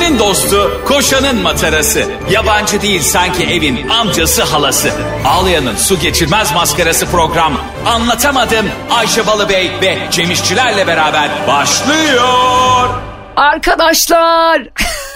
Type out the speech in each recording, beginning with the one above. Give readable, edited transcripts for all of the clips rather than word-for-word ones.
Ayşe'nin dostu, koşanın matarası. Yabancı değil sanki evin amcası halası. Ağlayan'ın su geçirmez maskarası program. Anlatamadım Ayşe Balıbey ve Cemişçilerle beraber başlıyor. Arkadaşlar.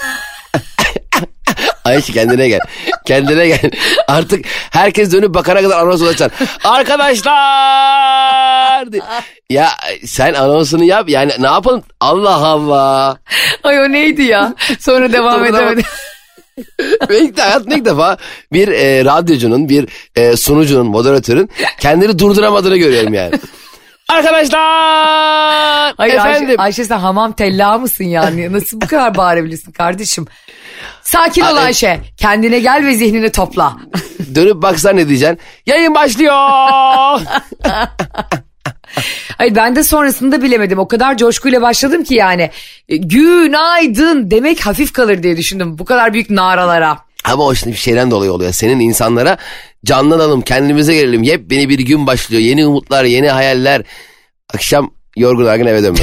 Ayşe kendine gel. Kendine gel. Artık herkes dönüp bakana kadar anons olacaksın. Arkadaşlar. Ya sen anonsunu yap. Yani ne yapalım? Allah Allah. Ay o neydi ya? Sonra devam edemedim. Hayatımda ilk defa bir radyocunun, bir sunucunun, moderatörün kendini durduramadığını görüyorum yani. Arkadaşlar. Hayır, efendim. Ayşe sen hamam tellağı mısın yani? Nasıl bu kadar bağırabilirsin kardeşim? Sakin ol Ayşe. Kendine gel ve zihnini topla. Dönüp baksan ne diyeceksin? Yayın başlıyor. Hayır ben de sonrasında bilemedim. O kadar coşkuyla başladım ki yani. Günaydın demek hafif kalır diye düşündüm. Bu kadar büyük naralara. Ama o şimdi bir şeyden dolayı oluyor. Senin insanlara canlanalım, kendimize gelelim. Yepyeni bir gün başlıyor. Yeni umutlar, yeni hayaller. Akşam yorgun argın eve dönmek.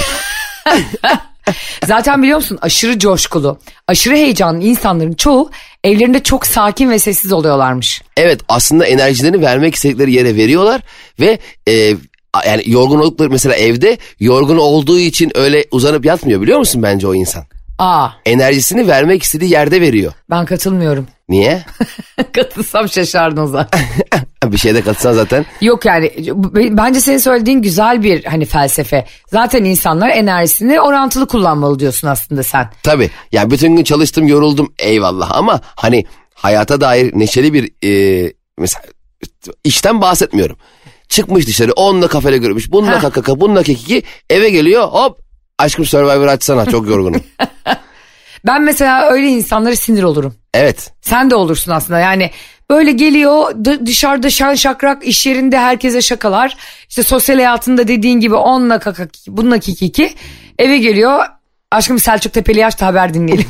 Zaten biliyor musun aşırı coşkulu, aşırı heyecanlı insanların çoğu evlerinde çok sakin ve sessiz oluyorlarmış. Evet, aslında enerjilerini vermek istedikleri yere veriyorlar ve yani yorgun oldukları mesela evde yorgun olduğu için öyle uzanıp yatmıyor biliyor musun bence o insan? Enerjisini vermek istediği yerde veriyor. Ben katılmıyorum. Niye? Katılsam şaşardın zaten. Bir şeyde katılsan zaten. Yok yani bence senin söylediğin güzel bir hani felsefe. Zaten insanlar enerjisini orantılı kullanmalı diyorsun aslında sen. Tabii yani bütün gün çalıştım yoruldum eyvallah ama hani hayata dair neşeli bir mesela işten bahsetmiyorum. Çıkmış dışarı onunla kafede görmüş bununla kakaka bununla kekiki eve geliyor hop aşkım Survivor açsana çok yorgunum. Ben mesela öyle insanlara sinir olurum. Evet. Sen de olursun aslında yani böyle geliyor dışarıda şen şakrak iş yerinde herkese şakalar. İşte sosyal hayatında dediğin gibi onunla kaka bununla kikiki eve geliyor. Aşkım Selçuk Tepeli aç da haber dinleyelim.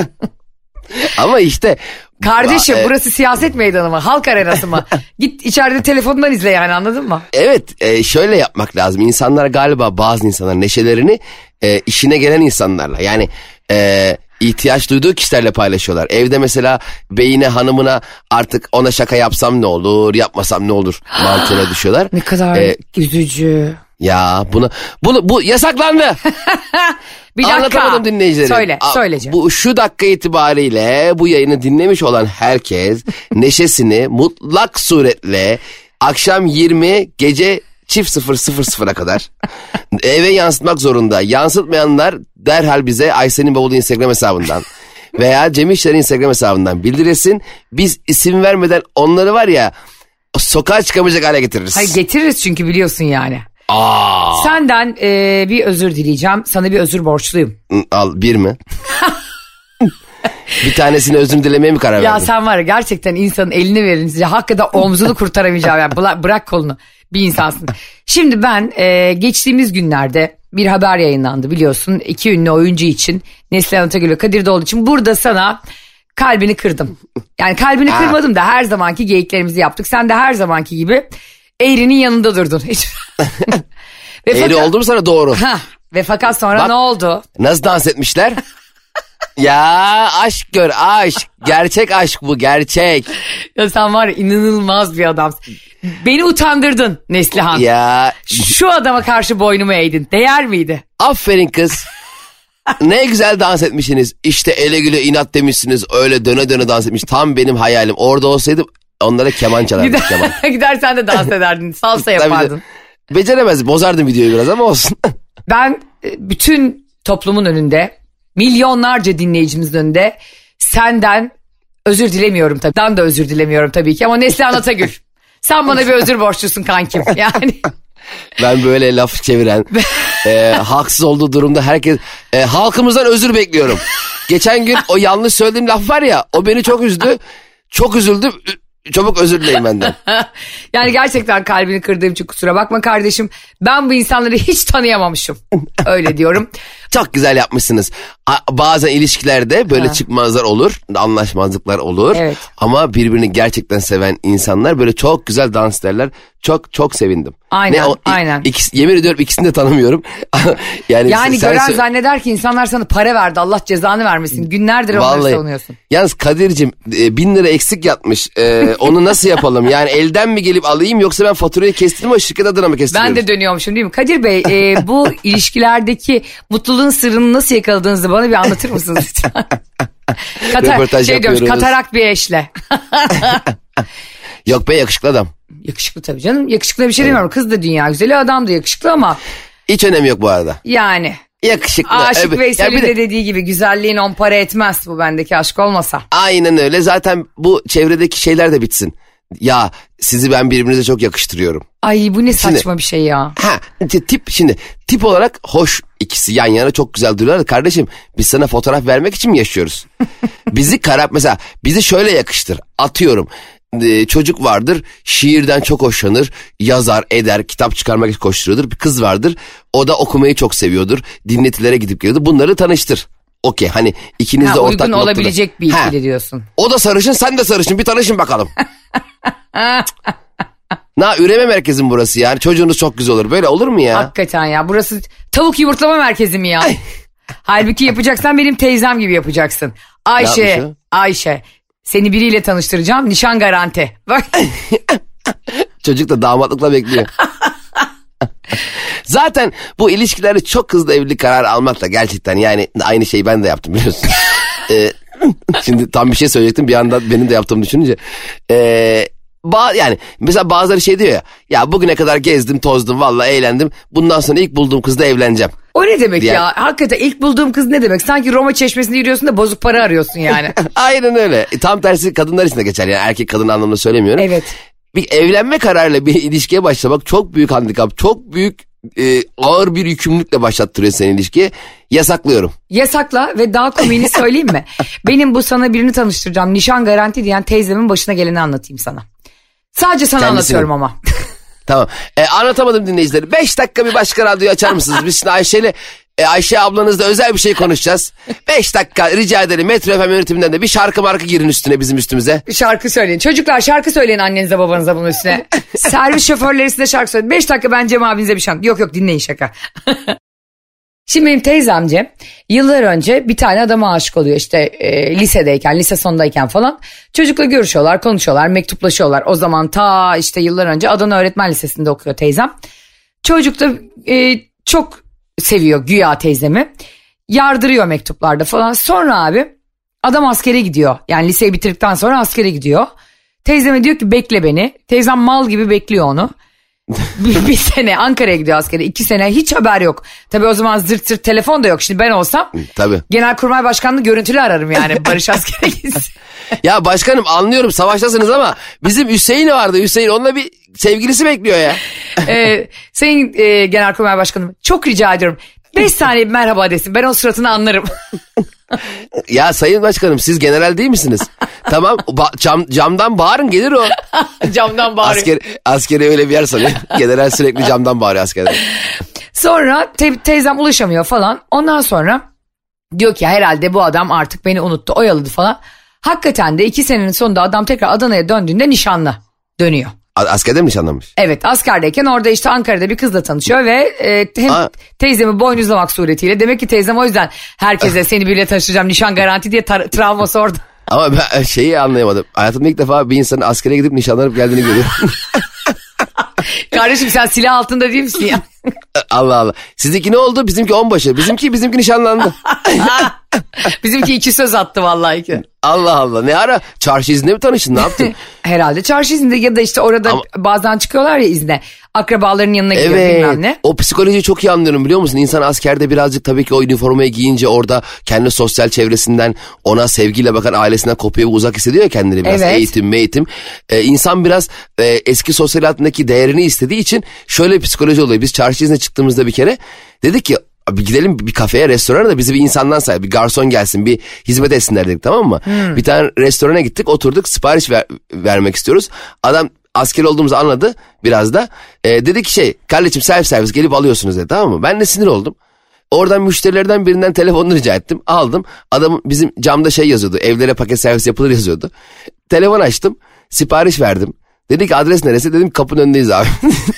Ama işte. Kardeşim burası siyaset meydanı mı? Halk arenası mı? Git içeride telefondan izle yani anladın mı? Evet şöyle yapmak lazım. İnsanlar galiba bazı insanlar neşelerini işine gelen insanlarla yani ihtiyaç duyduğu kişilerle paylaşıyorlar. Evde mesela beyine hanımına artık ona şaka yapsam ne olur yapmasam ne olur mantığına düşüyorlar. Ne kadar üzücü. Ya bu yasaklandı. Bir dakika. Anlatamadım dinleyicileri. Söyleyeceğim. Bu şu dakika itibariyle bu yayını dinlemiş olan herkes neşesini mutlak suretle akşam 20 gece çift 0:00'a kadar eve yansıtmak zorunda. Yansıtmayanlar derhal bize Ayşe'nin bavulu Instagram hesabından veya Cem İşler'in Instagram hesabından bildiresin. Biz isim vermeden onları var ya sokağa çıkamayacak hale getiririz. Hayır getiririz çünkü biliyorsun yani. Senden bir özür dileyeceğim. Sana bir özür borçluyum. Al bir mi? Bir tanesini özür dilemeye mi karar verdin? Ya sen var ya gerçekten insanın elini verince hakikaten omzunu kurtaramayacağım. Yani bırak kolunu bir insansın. Şimdi ben geçtiğimiz günlerde bir haber yayınlandı biliyorsun. 2 ünlü oyuncu için Neslihan Atagül ve Kadir Doğulu için burada sana kalbini kırdım. Yani kalbini kırmadım da her zamanki geyiklerimizi yaptık. Sen de her zamanki gibi eğrinin yanında durdun. Eğri oldu mu sana doğru? Ve fakat sonra ne oldu? Nasıl dans etmişler? Ya aşk gör aşk. Gerçek aşk bu gerçek. Ya sen var ya inanılmaz bir adamsın. Beni utandırdın Neslihan. Ya. Şu adama karşı boynumu eğdin. Değer miydi? Aferin kız. Ne güzel dans etmişsiniz. İşte ele güle inat demişsiniz. Öyle döne döne dans etmiş. Tam benim hayalim. Orada olsaydım onlara keman çalardım. Gider sen de dans ederdin. Salsa yapardın. Beceremezdim. Bozardım videoyu biraz ama olsun. Ben bütün toplumun önünde, milyonlarca dinleyicimizin önünde senden özür dilemiyorum tabii. Ben de özür dilemiyorum tabii ki ama Neslihan Atagül. Sen bana bir özür borçlusun kankim. Yani. Ben böyle laf çeviren, haksız olduğu durumda herkes halkımızdan özür bekliyorum. Geçen gün o yanlış söylediğim laf var ya, o beni çok üzdü. Çok üzüldüm. Çabuk özür dileyin benden. Yani gerçekten kalbini kırdığım için kusura bakma kardeşim. Ben bu insanları hiç tanıyamamışım. Öyle diyorum. Çok güzel yapmışsınız. Bazen ilişkilerde böyle çıkmazlar olur, anlaşmazlıklar olur. Evet. Ama birbirini gerçekten seven insanlar böyle çok güzel dans ederler. Çok çok sevindim. Aynen, aynen. Yemin ediyorum ikisini de tanımıyorum. Yani gören zanneder ki insanlar sana para verdi, Allah cezanı vermesin. Günlerdir onları savunuyorsun. Yalnız Kadir'cim 1000 lira eksik yatmış. Onu nasıl yapalım? Yani elden mi gelip alayım yoksa ben faturayı kestireyim o şirket adına mı kestiriyorum? Ben de dönüyormuşum değil mi? Kadir Bey bu ilişkilerdeki mutluluğun sırrını nasıl yakaladığınızı bana bir anlatır mısınız lütfen? Röportaj yapıyoruz. Katarak bir eşle. Yok be, yakışıklı adam. Yakışıklı tabii canım. Yakışıklı bir şey demiyorum. Kız da dünya güzeli, adam da yakışıklı ama. Hiç önemi yok bu arada. Yani. Yakışıklı. Aşık Veysel'in de dediği gibi güzelliğin 10 para etmez, bu bendeki aşk olmasa. Aynen öyle, zaten bu çevredeki şeyler de bitsin. Ya sizi ben birbirinize çok yakıştırıyorum. Ay bu ne saçma bir şey ya. Tip olarak hoş, ikisi yan yana çok güzel duruyorlar da kardeşim biz sana fotoğraf vermek için mi yaşıyoruz? Mesela bizi şöyle yakıştır, atıyorum. Çocuk vardır, şiirden çok hoşlanır, yazar eder, kitap çıkarmak için koşturuyordur. Bir kız vardır, o da okumayı çok seviyordur, dinletilere gidip geliyordur. Bunları tanıştır. Okey, hani ikiniz de ortak noktada. Uygun olabilecek bir ikili diyorsun. O da sarışın, sen de sarışın, bir tanışın bakalım. Üreme merkezi mi burası yani? Çocuğunuz çok güzel olur. Böyle olur mu ya? Hakikaten ya, burası tavuk yumurtlama merkezi mi ya? Halbuki yapacaksan benim teyzem gibi yapacaksın. Ayşe. Seni biriyle tanıştıracağım. Nişan garanti. Bak. Çocuk da damatlıkla bekliyor. Zaten bu ilişkilerde çok hızlı evlilik kararı almakla gerçekten yani aynı şeyi ben de yaptım biliyorsun. Şimdi tam bir şey söyleyecektim, bir anda benim de yaptığımı düşününce. Yani mesela bazıları şey diyor ya bugüne kadar gezdim tozdum vallahi eğlendim, bundan sonra ilk bulduğum kızla evleneceğim. O ne demek ya? Hakikaten ilk bulduğum kız ne demek? Sanki Roma Çeşmesi'nde yürüyorsun da bozuk para arıyorsun yani. Aynen öyle. Tam tersi kadınlar için de geçer yani, erkek kadın anlamında söylemiyorum. Evet. Bir evlenme kararıyla bir ilişkiye başlamak çok büyük handikap, çok büyük ağır bir yükümlülükle başlattırıyor seni ilişkiye. Yasaklıyorum. Yasakla ve daha komiğini söyleyeyim mi? Benim bu sana birini tanıştıracağım, nişan garanti diyen teyzemin başına geleni anlatayım sana. Sadece sana anlatıyorum ama. Tamam. Anlatamadım dinleyicileri. 5 dakika bir başka radyoyu açar mısınız? Biz şimdi Ayşe ablanızla özel bir şey konuşacağız. 5 dakika rica ederim. Metro FM yönetiminden de bir şarkı girin üstüne, bizim üstümüze. Şarkı söyleyin. Çocuklar şarkı söyleyin annenize babanıza bunun üstüne. Servis şoförleri size şarkı söyleyin. 5 dakika ben Cem abinize bir şarkı. Yok dinleyin şaka. Şimdi benim teyzemce yıllar önce bir tane adama aşık oluyor işte lise sondayken falan. Çocukla görüşüyorlar, konuşuyorlar, mektuplaşıyorlar. O zaman ta işte yıllar önce Adana Öğretmen Lisesi'nde okuyor teyzem. Çocuk da çok seviyor güya teyzemi. Yardırıyor mektuplarda falan. Sonra abi adam askere gidiyor. Yani liseyi bitirdikten sonra askere gidiyor. Teyzeme diyor ki bekle beni. Teyzem mal gibi bekliyor onu. bir sene Ankara'ya gidiyor askere, 2 sene hiç haber yok. Tabii o zaman zırt telefon da yok. Şimdi ben olsam Genelkurmay Başkanlığı görüntülü ararım yani Barış askere gitsin. Ya başkanım anlıyorum savaştasınız ama bizim Hüseyin vardı, Hüseyin onunla bir sevgilisi bekliyor ya. Sayın Genelkurmay Başkanım çok rica ediyorum 5 saniye bir merhaba desin, ben o suratını anlarım. Ya sayın başkanım siz general değil misiniz? Tamam camdan bağırın gelir o. Camdan bağırıyor. Askeri öyle bir yer sanıyor. General sürekli camdan bağırıyor askerde. Sonra teyzem ulaşamıyor falan. Ondan sonra diyor ki herhalde bu adam artık beni unuttu, oyaladı falan. Hakikaten de 2 senenin sonunda adam tekrar Adana'ya döndüğünde nişanlı dönüyor. Askerde mi nişanlanmış? Evet, askerdeyken orada işte Ankara'da bir kızla tanışıyor ve teyzemi boynuzlamak suretiyle, demek ki teyzem o yüzden herkese seni biriyle tanıştıracağım nişan garanti diye travması orada. Ama ben şeyi anlayamadım. Hayatımda ilk defa bir insanın askere gidip nişanlanıp geldiğini görüyorum. Kardeşim sen silah altında değil misin ya? Allah Allah. Sizinki ne oldu? Bizimki onbaşı. Bizimki nişanlandı. Bizimki 2 söz attı vallahi ki. Allah Allah. Ne ara? Çarşı izinde mi tanıştın? Ne yaptın? Herhalde çarşı izinde ya da işte orada bazen çıkıyorlar ya izne. Akrabaların yanına gidiyor bilmem ne. O psikolojiyi çok iyi anlıyorum biliyor musun? İnsan askerde birazcık tabii ki o üniformayı giyince orada kendi sosyal çevresinden, ona sevgiyle bakan ailesinden kopuyor ve uzak hissediyor ya kendini biraz. Evet. Eğitim. İnsan biraz eski sosyal hayatındaki değerini istediği için şöyle bir psikoloji oluyor. Biz çarşı izine çıktığımızda bir kere dedik ki gidelim bir kafeye, restorana da bizi bir insandan say, bir garson gelsin, bir hizmet etsinler dedik, tamam mı? Bir tane restorana gittik, oturduk, sipariş vermek istiyoruz. Adam asker olduğumuzu anladı biraz da. Dedi ki kardeşim servis gelip alıyorsunuz dedi, tamam mı? Ben de sinir oldum. Oradan müşterilerden birinden telefonunu rica ettim. Aldım. Adam bizim camda şey yazıyordu. Evlere paket servis yapılır yazıyordu. Telefon açtım. Sipariş verdim. Dedi ki adres neresi? Dedim kapının önündeyiz abi.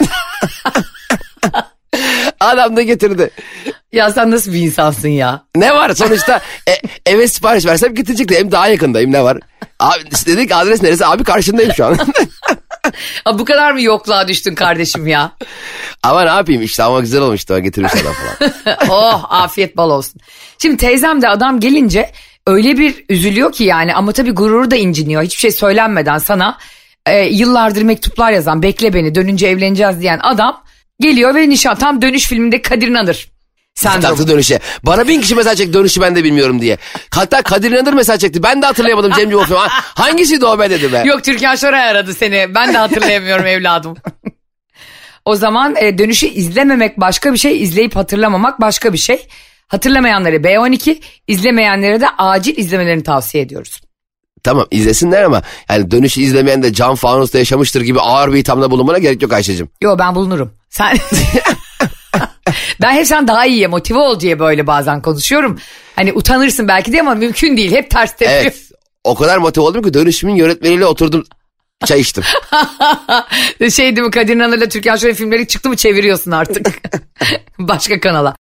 Adam da getirdi. Ya sen nasıl bir insansın ya? Ne var sonuçta eve sipariş versem getirecekti. Hem daha yakındayım, ne var? Abi dedik adres neresi? Abi karşındayım şu an. Bu kadar mı yokluğa düştün kardeşim ya? Ama ne yapayım işte, ama güzel olmuştu. Getirmiş adam falan. Oh, afiyet bal olsun. Şimdi teyzem de adam gelince öyle bir üzülüyor ki yani, ama tabii gururu da inciniyor. Hiçbir şey söylenmeden sana yıllardır mektuplar yazan, bekle beni dönünce evleneceğiz diyen adam geliyor ve nişan, tam Dönüş filminde Kadir İnanır Taktı dönüşe. Bana 1000 kişi mesaj çekti dönüşü, ben de bilmiyorum diye. Hatta Kadir İnanır mesaj çekti. Ben de hatırlayamadım Cemciğim o film. Hangisiydi o be dedi be. Yok, Türkan Şoray aradı seni. Ben de hatırlayamıyorum evladım. O zaman Dönüşü izlememek başka bir şey, izleyip hatırlamamak başka bir şey. Hatırlamayanları B12, izlemeyenlere de acil izlemelerini tavsiye ediyoruz. Tamam, izlesinler ama yani Dönüşü izlemeyen de cam fanusta yaşamıştır gibi ağır bir ithamda bulunmana gerek yok Ayşe'cim. Yo, ben bulunurum. Sen... Ben hep sen daha iyiye motive ol diye böyle bazen konuşuyorum. Hani utanırsın belki de ama mümkün değil. Hep ters tepiyor. Evet. O kadar motive oldum ki Dönüşüm'ün yönetmeniyle oturdum, çay içtim. Şey değil mi, Kadir İnanır'la Türkan Şoray filmleri çıktı mı çeviriyorsun artık. Başka kanala.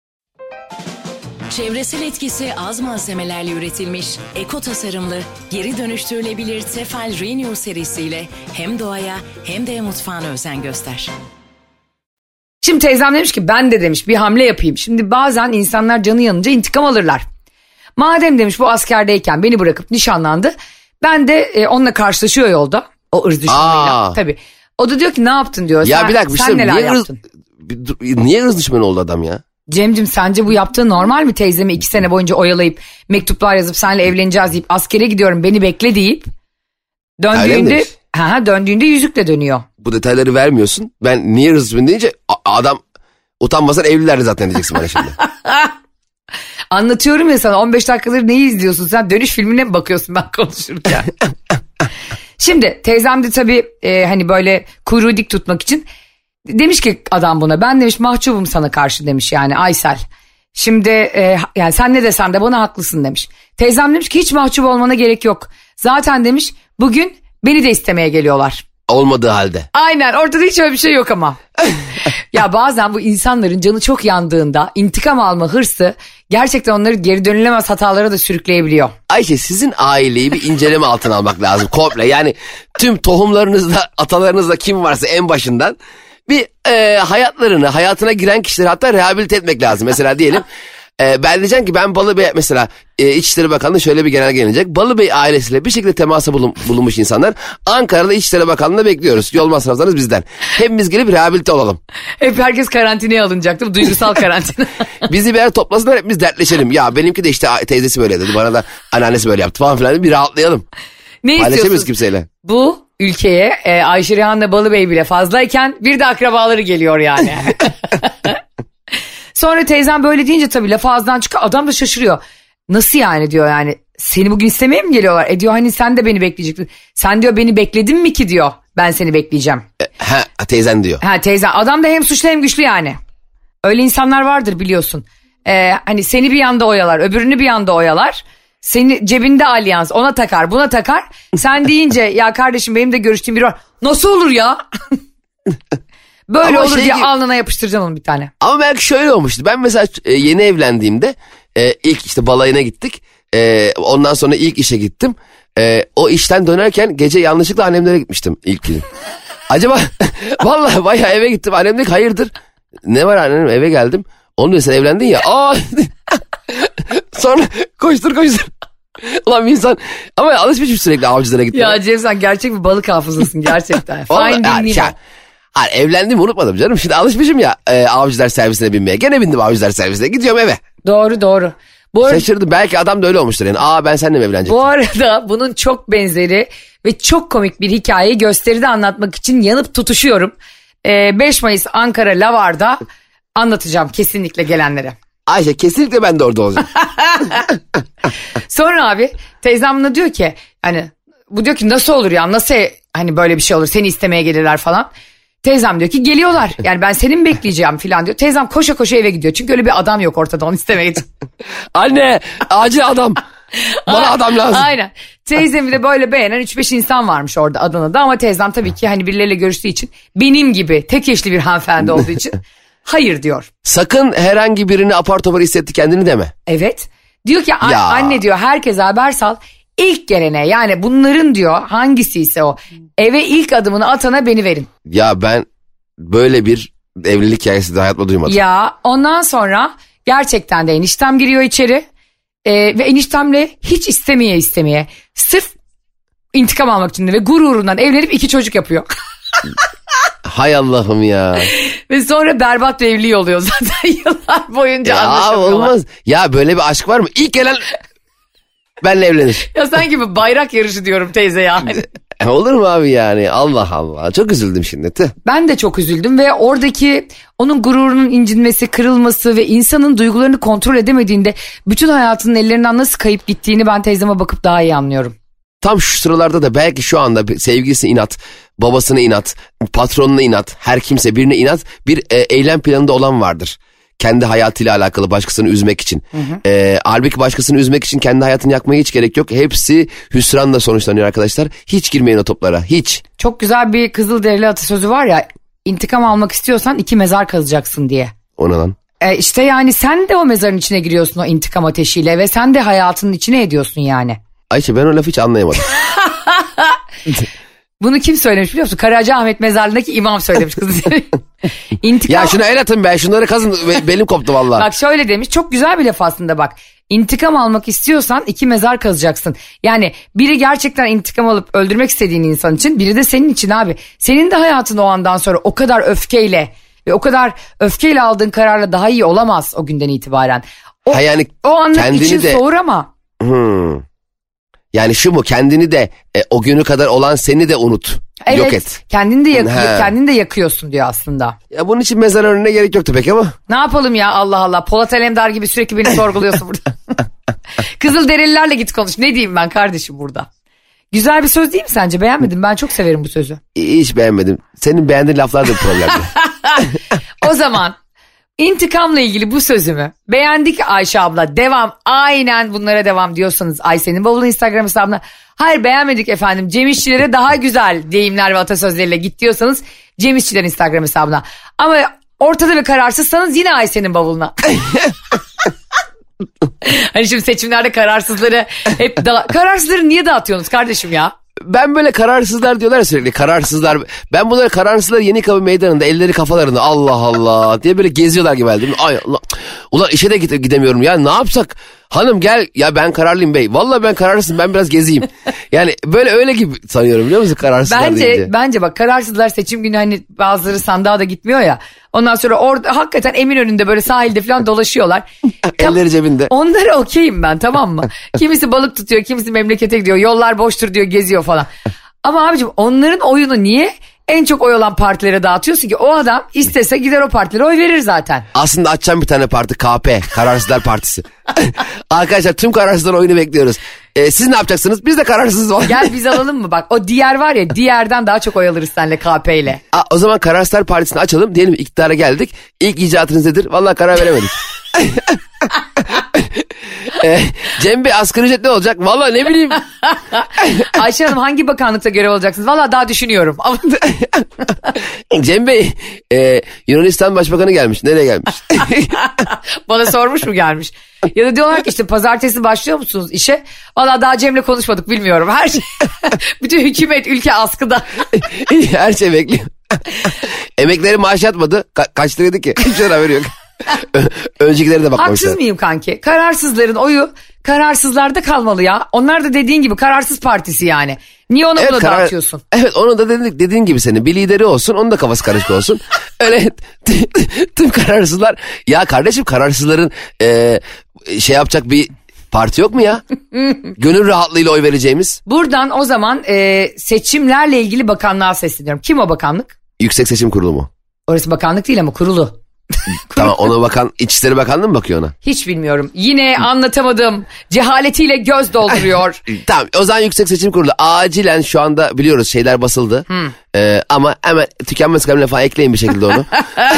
Çevresel etkisi az malzemelerle üretilmiş, eko tasarımlı, geri dönüştürülebilir Tefal Renew serisiyle hem doğaya hem de mutfağına özen göster. Şimdi teyzem demiş ki ben de demiş bir hamle yapayım. Şimdi bazen insanlar canı yanınca intikam alırlar. Madem demiş bu askerdeyken beni bırakıp nişanlandı. Ben de onunla karşılaşıyor yolda. O ırz düşmanıyla. Tabii. O da diyor ki ne yaptın diyor. Ya bir dakika, sen neler yaptın? Niye ırz düşmanı oldu adam ya? Cemcim, sence bu yaptığı normal mi? Teyzemi 2 sene boyunca oyalayıp mektuplar yazıp seninle evleneceğiz deyip askere gidiyorum beni bekle deyip döndüğünde yüzükle dönüyor. Bu detayları vermiyorsun. Ben niye ırz düşmanı deyince adam utanmasan evlilerdi zaten diyeceksin bana şimdi. Anlatıyorum ya sana, 15 dakikadır neyi izliyorsun sen? Dönüş filmine mi bakıyorsun ben konuşurken? Şimdi teyzem de tabii hani böyle kuyruğu dik tutmak için demiş ki adam buna, ben demiş mahcubum sana karşı demiş, yani Aysel. Şimdi yani sen ne desen de bana haklısın demiş. Teyzem demiş ki hiç mahcup olmana gerek yok. Zaten demiş bugün beni de istemeye geliyorlar. Olmadığı halde. Aynen, ortada hiç öyle bir şey yok ama. Ya bazen bu insanların canı çok yandığında intikam alma hırsı gerçekten onları geri dönülemez hatalara da sürükleyebiliyor. Ayşe, sizin aileyi bir inceleme altına almak lazım komple. Yani tüm tohumlarınızda, atalarınızda kim varsa en başından bir hayatına giren kişileri hatta rehabilite etmek lazım. Mesela diyelim ben diyeceğim ki ben Balıbey, mesela İçişleri Bakanlığı şöyle bir genelge gelecek. Balıbey ailesiyle bir şekilde temasa bulunmuş insanlar Ankara'da İçişleri Bakanlığı'na bekliyoruz. Yol masraflarınız bizden. Hepimiz gelip rehabilite olalım. Hep herkes karantinaya alınacak değil mi? Duygusal karantina. Bizi bir yer toplasınlar, hepimiz dertleşelim. Ya benimki de işte teyzesi böyle dedi, bana da anneannesi böyle yaptı falan filan, bir rahatlayalım. Ne paylaşamayız kimseyle. Bu ülkeye Ayşe Rihanna Balıbey bile fazlayken bir de akrabaları geliyor yani. Sonra teyzem böyle deyince tabii lafı ağızdan çıkıyor, adam da şaşırıyor. Nasıl yani diyor, yani seni bugün istemeye mi geliyorlar? Diyor hani sen de beni bekleyecektin. Sen diyor beni bekledin mi ki diyor, ben seni bekleyeceğim. Teyzen diyor. Teyzen, adam da hem suçlu hem güçlü yani. Öyle insanlar vardır biliyorsun. Hani seni bir yanda oyalar, öbürünü bir yanda oyalar. Seni cebinde alyans, ona takar buna takar. Sen deyince ya kardeşim benim de görüştüğüm biri var. Nasıl olur ya? Böyle ama olur diye alnına yapıştıracaksın onu bir tane. Ama belki şöyle olmuştu. Ben mesela yeni evlendiğimde ilk işte balayına gittik. Ondan sonra ilk işe gittim. O işten dönerken gece yanlışlıkla annemlere gitmiştim ilk gün. Acaba vallahi bayağı eve gittim. Annem dedi ki hayırdır? Ne var annem, eve geldim. Onu diyor sen evlendin ya. Sonra koştur. Ulan bir insan ama alışmışım sürekli avcılara gitmeye. Ya Cem, sen gerçek bir balık hafızasın gerçekten. Evlendiğimi unutmadım canım. Şimdi alışmışım ya avcılar servisine binmeye. Gene bindim avcılar servisine. Gidiyorum eve. Doğru. Şaşırdım. Belki adam da öyle olmuştur yani. Ben seninle mi evlenecektim? Bu arada bunun çok benzeri ve çok komik bir hikayeyi gösteride anlatmak için yanıp tutuşuyorum. 5 Mayıs Ankara Lavar'da anlatacağım kesinlikle gelenlere. Ayşe, kesinlikle ben de orada olacağım. Sonra abi teyzem bana diyor ki hani bu diyor ki nasıl olur ya, nasıl hani böyle bir şey olur, seni istemeye gelirler falan. Teyzem diyor ki geliyorlar. Yani ben seni mi bekleyeceğim falan diyor. Teyzem koşa koşa eve gidiyor. Çünkü öyle bir adam yok ortada onu istemeye için. Anne acil adam. Bana adam lazım. Aynen. Teyzemi de böyle beğenen 3-5 insan varmış orada Adana'da. Ama teyzem tabii ki hani birileriyle görüştüğü için benim gibi tek eşli bir hanımefendi olduğu için hayır diyor. Sakın herhangi birini apar topar hissetti kendini deme. Evet. Diyor ki Ya. anne diyor herkese haber sal. İlk gelene yani bunların diyor hangisiyse o eve ilk adımını atana beni verin. Ya ben böyle bir evlilik hikayesi de hayatımda duymadım. Ya ondan sonra gerçekten de eniştem giriyor içeri. Ve eniştemle hiç istemeye sırf intikam almak için de ve gururundan evlenip 2 çocuk yapıyor. Hay Allah'ım ya. Ve sonra berbat bir evliliği oluyor zaten yıllar boyunca Ya anlaşamıyorlar. olmaz. Ya böyle bir aşk var mı? İlk gelen benle evlenir. Ya sanki bu bayrak yarışı diyorum teyze yani. Olur mu abi yani? Allah Allah. Çok üzüldüm şimdi. Tüh. Ben de çok üzüldüm ve oradaki onun gururunun incinmesi, kırılması ve insanın duygularını kontrol edemediğinde bütün hayatının ellerinden nasıl kayıp gittiğini ben teyzeme bakıp daha iyi anlıyorum. Tam şu sıralarda da belki şu anda sevgilisi inat, babasına inat, patronuna inat, her kimse birine inat bir eylem planında olan vardır. Kendi hayatıyla alakalı başkasını üzmek için. Halbuki başkasını üzmek için kendi hayatını yakmaya hiç gerek yok. Hepsi hüsranla sonuçlanıyor arkadaşlar. Hiç girmeyin o toplara, hiç. Çok güzel bir Kızılderili atasözü var ya, intikam almak istiyorsan 2 mezar kazacaksın diye. O ne lan? İşte yani sen de o mezarın içine giriyorsun o intikam ateşiyle ve sen de hayatının içine ediyorsun yani. Ayşe ben o lafı hiç anlayamadım. Bunu kim söylemiş biliyor musun? Karacaahmet mezarlığındaki imam söylemiş kız. İntikam... Ya şuna el atın be, şunları kazın, belim koptu vallahi. Bak şöyle demiş, çok güzel bir laf aslında bak. İntikam almak istiyorsan 2 mezar kazacaksın. Yani biri gerçekten intikam alıp öldürmek istediğin insan için, biri de senin için abi. Senin de hayatın o andan sonra o kadar öfkeyle ve o kadar öfkeyle aldığın kararla daha iyi olamaz o günden itibaren. Ha yani o anlık kendini için de... soğur ama. Yani şu mu, kendini de o günü kadar olan seni de unut. Evet, yok et. kendini de yakıyorsun diyor aslında. Ya bunun için mezar önüne gerek yoktu pek ama. Ne yapalım ya, Allah Allah. Polat Alemdar gibi sürekli beni sorguluyorsun burada. Kızılderililerle git konuş. Ne diyeyim ben kardeşim burada? Güzel bir söz değil mi sence? Beğenmedin? Ben çok severim bu sözü. Hiç beğenmedim. Senin beğendiğin laflar da problemli. O zaman intikamla ilgili bu sözümü beğendik Ayşe abla, devam, aynen bunlara devam diyorsanız Ayşe'nin bavulu Instagram hesabına, hayır beğenmedik efendim Cem İşçilere daha güzel deyimler ve atasözleriyle git diyorsanız Cem İşçilerin Instagram hesabına, ama ortada ve kararsızsanız yine Ayşe'nin bavuluna. Hani şimdi seçimlerde kararsızları hep kararsızları niye dağıtıyorsunuz kardeşim ya? Ben böyle kararsızlar diyorlar ya sürekli, kararsızlar. Ben bunları kararsızlar Yenikapı Meydanı'nda elleri kafalarında Allah Allah diye böyle geziyorlar gibi halde. Ay Allah. Ulan işe de gidemiyorum ya, ne yapsak? Hanım gel ya, ben kararlıyım bey. Vallahi ben kararsızım, ben biraz gezeyim. Yani böyle öyle gibi sanıyorum, biliyor musun kararsızlar deyince. Bence bak, kararsızlar seçim günü hani bazıları sandığa da gitmiyor ya. Ondan sonra orada hakikaten Eminönü'nde böyle sahilde falan dolaşıyorlar. Elleri cebinde. Onları okeyim ben, tamam mı? Kimisi balık tutuyor, kimisi memlekete gidiyor, yollar boştur diyor, geziyor falan. Ama abicim onların oyunu niye en çok oy olan partilere dağıtıyorsun ki? O adam istese gider o partilere oy verir zaten. Aslında açacağım bir tane parti, KP, Kararsızlar Partisi. Arkadaşlar tüm kararsızlar oyunu bekliyoruz. Siz ne yapacaksınız? Biz de kararsızız. Gel biz alalım mı? Bak o diğer var ya, diğerden daha çok oy alırız seninle KP ile. O zaman Kararsızlar Partisi'ni açalım. Diyelim iktidara geldik. İlk icraatınız nedir? Vallahi karar veremedik. Cem Bey asgari ücret ne olacak? Vallahi ne bileyim. Ayşe Hanım hangi bakanlıkta görev alacaksınız? Vallahi daha düşünüyorum. Cem Bey Yunanistan Başbakanı gelmiş. Nereye gelmiş? Bana sormuş mu gelmiş? Ya da diyorlar ki işte pazartesi başlıyor musunuz işe? Vallahi daha Cem'le konuşmadık, bilmiyorum. Her şey, bütün hükümet, ülke askıda. Her şey bekliyor. Emekleri maaş yatmadı. Kaç liraydı ki? Hiç haberi yok. Öncekileri de bakmamışlar. Haksız mıyım kanki? Kararsızların oyu kararsızlarda kalmalı ya. Onlar da dediğin gibi kararsız partisi yani. Niye ona buna dağıtıyorsun? Evet, onu da dediğin gibi senin bir lideri olsun, onun da kafası karışık olsun. Öyle tüm kararsızlar. Ya kardeşim, kararsızların şey yapacak bir parti yok mu ya? Gönül rahatlığıyla oy vereceğimiz. Buradan o zaman seçimlerle ilgili bakanlığa sesleniyorum. Kim o bakanlık? Yüksek Seçim Kurulu mu? Orası bakanlık değil ama kurulu. Tamam, ona bakan İçişleri Bakanlığı mı bakıyor ona? Hiç bilmiyorum. Yine anlatamadım. Cehaletiyle göz dolduruyor. Tamam, o zaman Yüksek Seçim Kurulu acilen, şu anda biliyoruz şeyler basıldı. Ama hemen tükenmez kalemle falan ekleyin bir şekilde onu.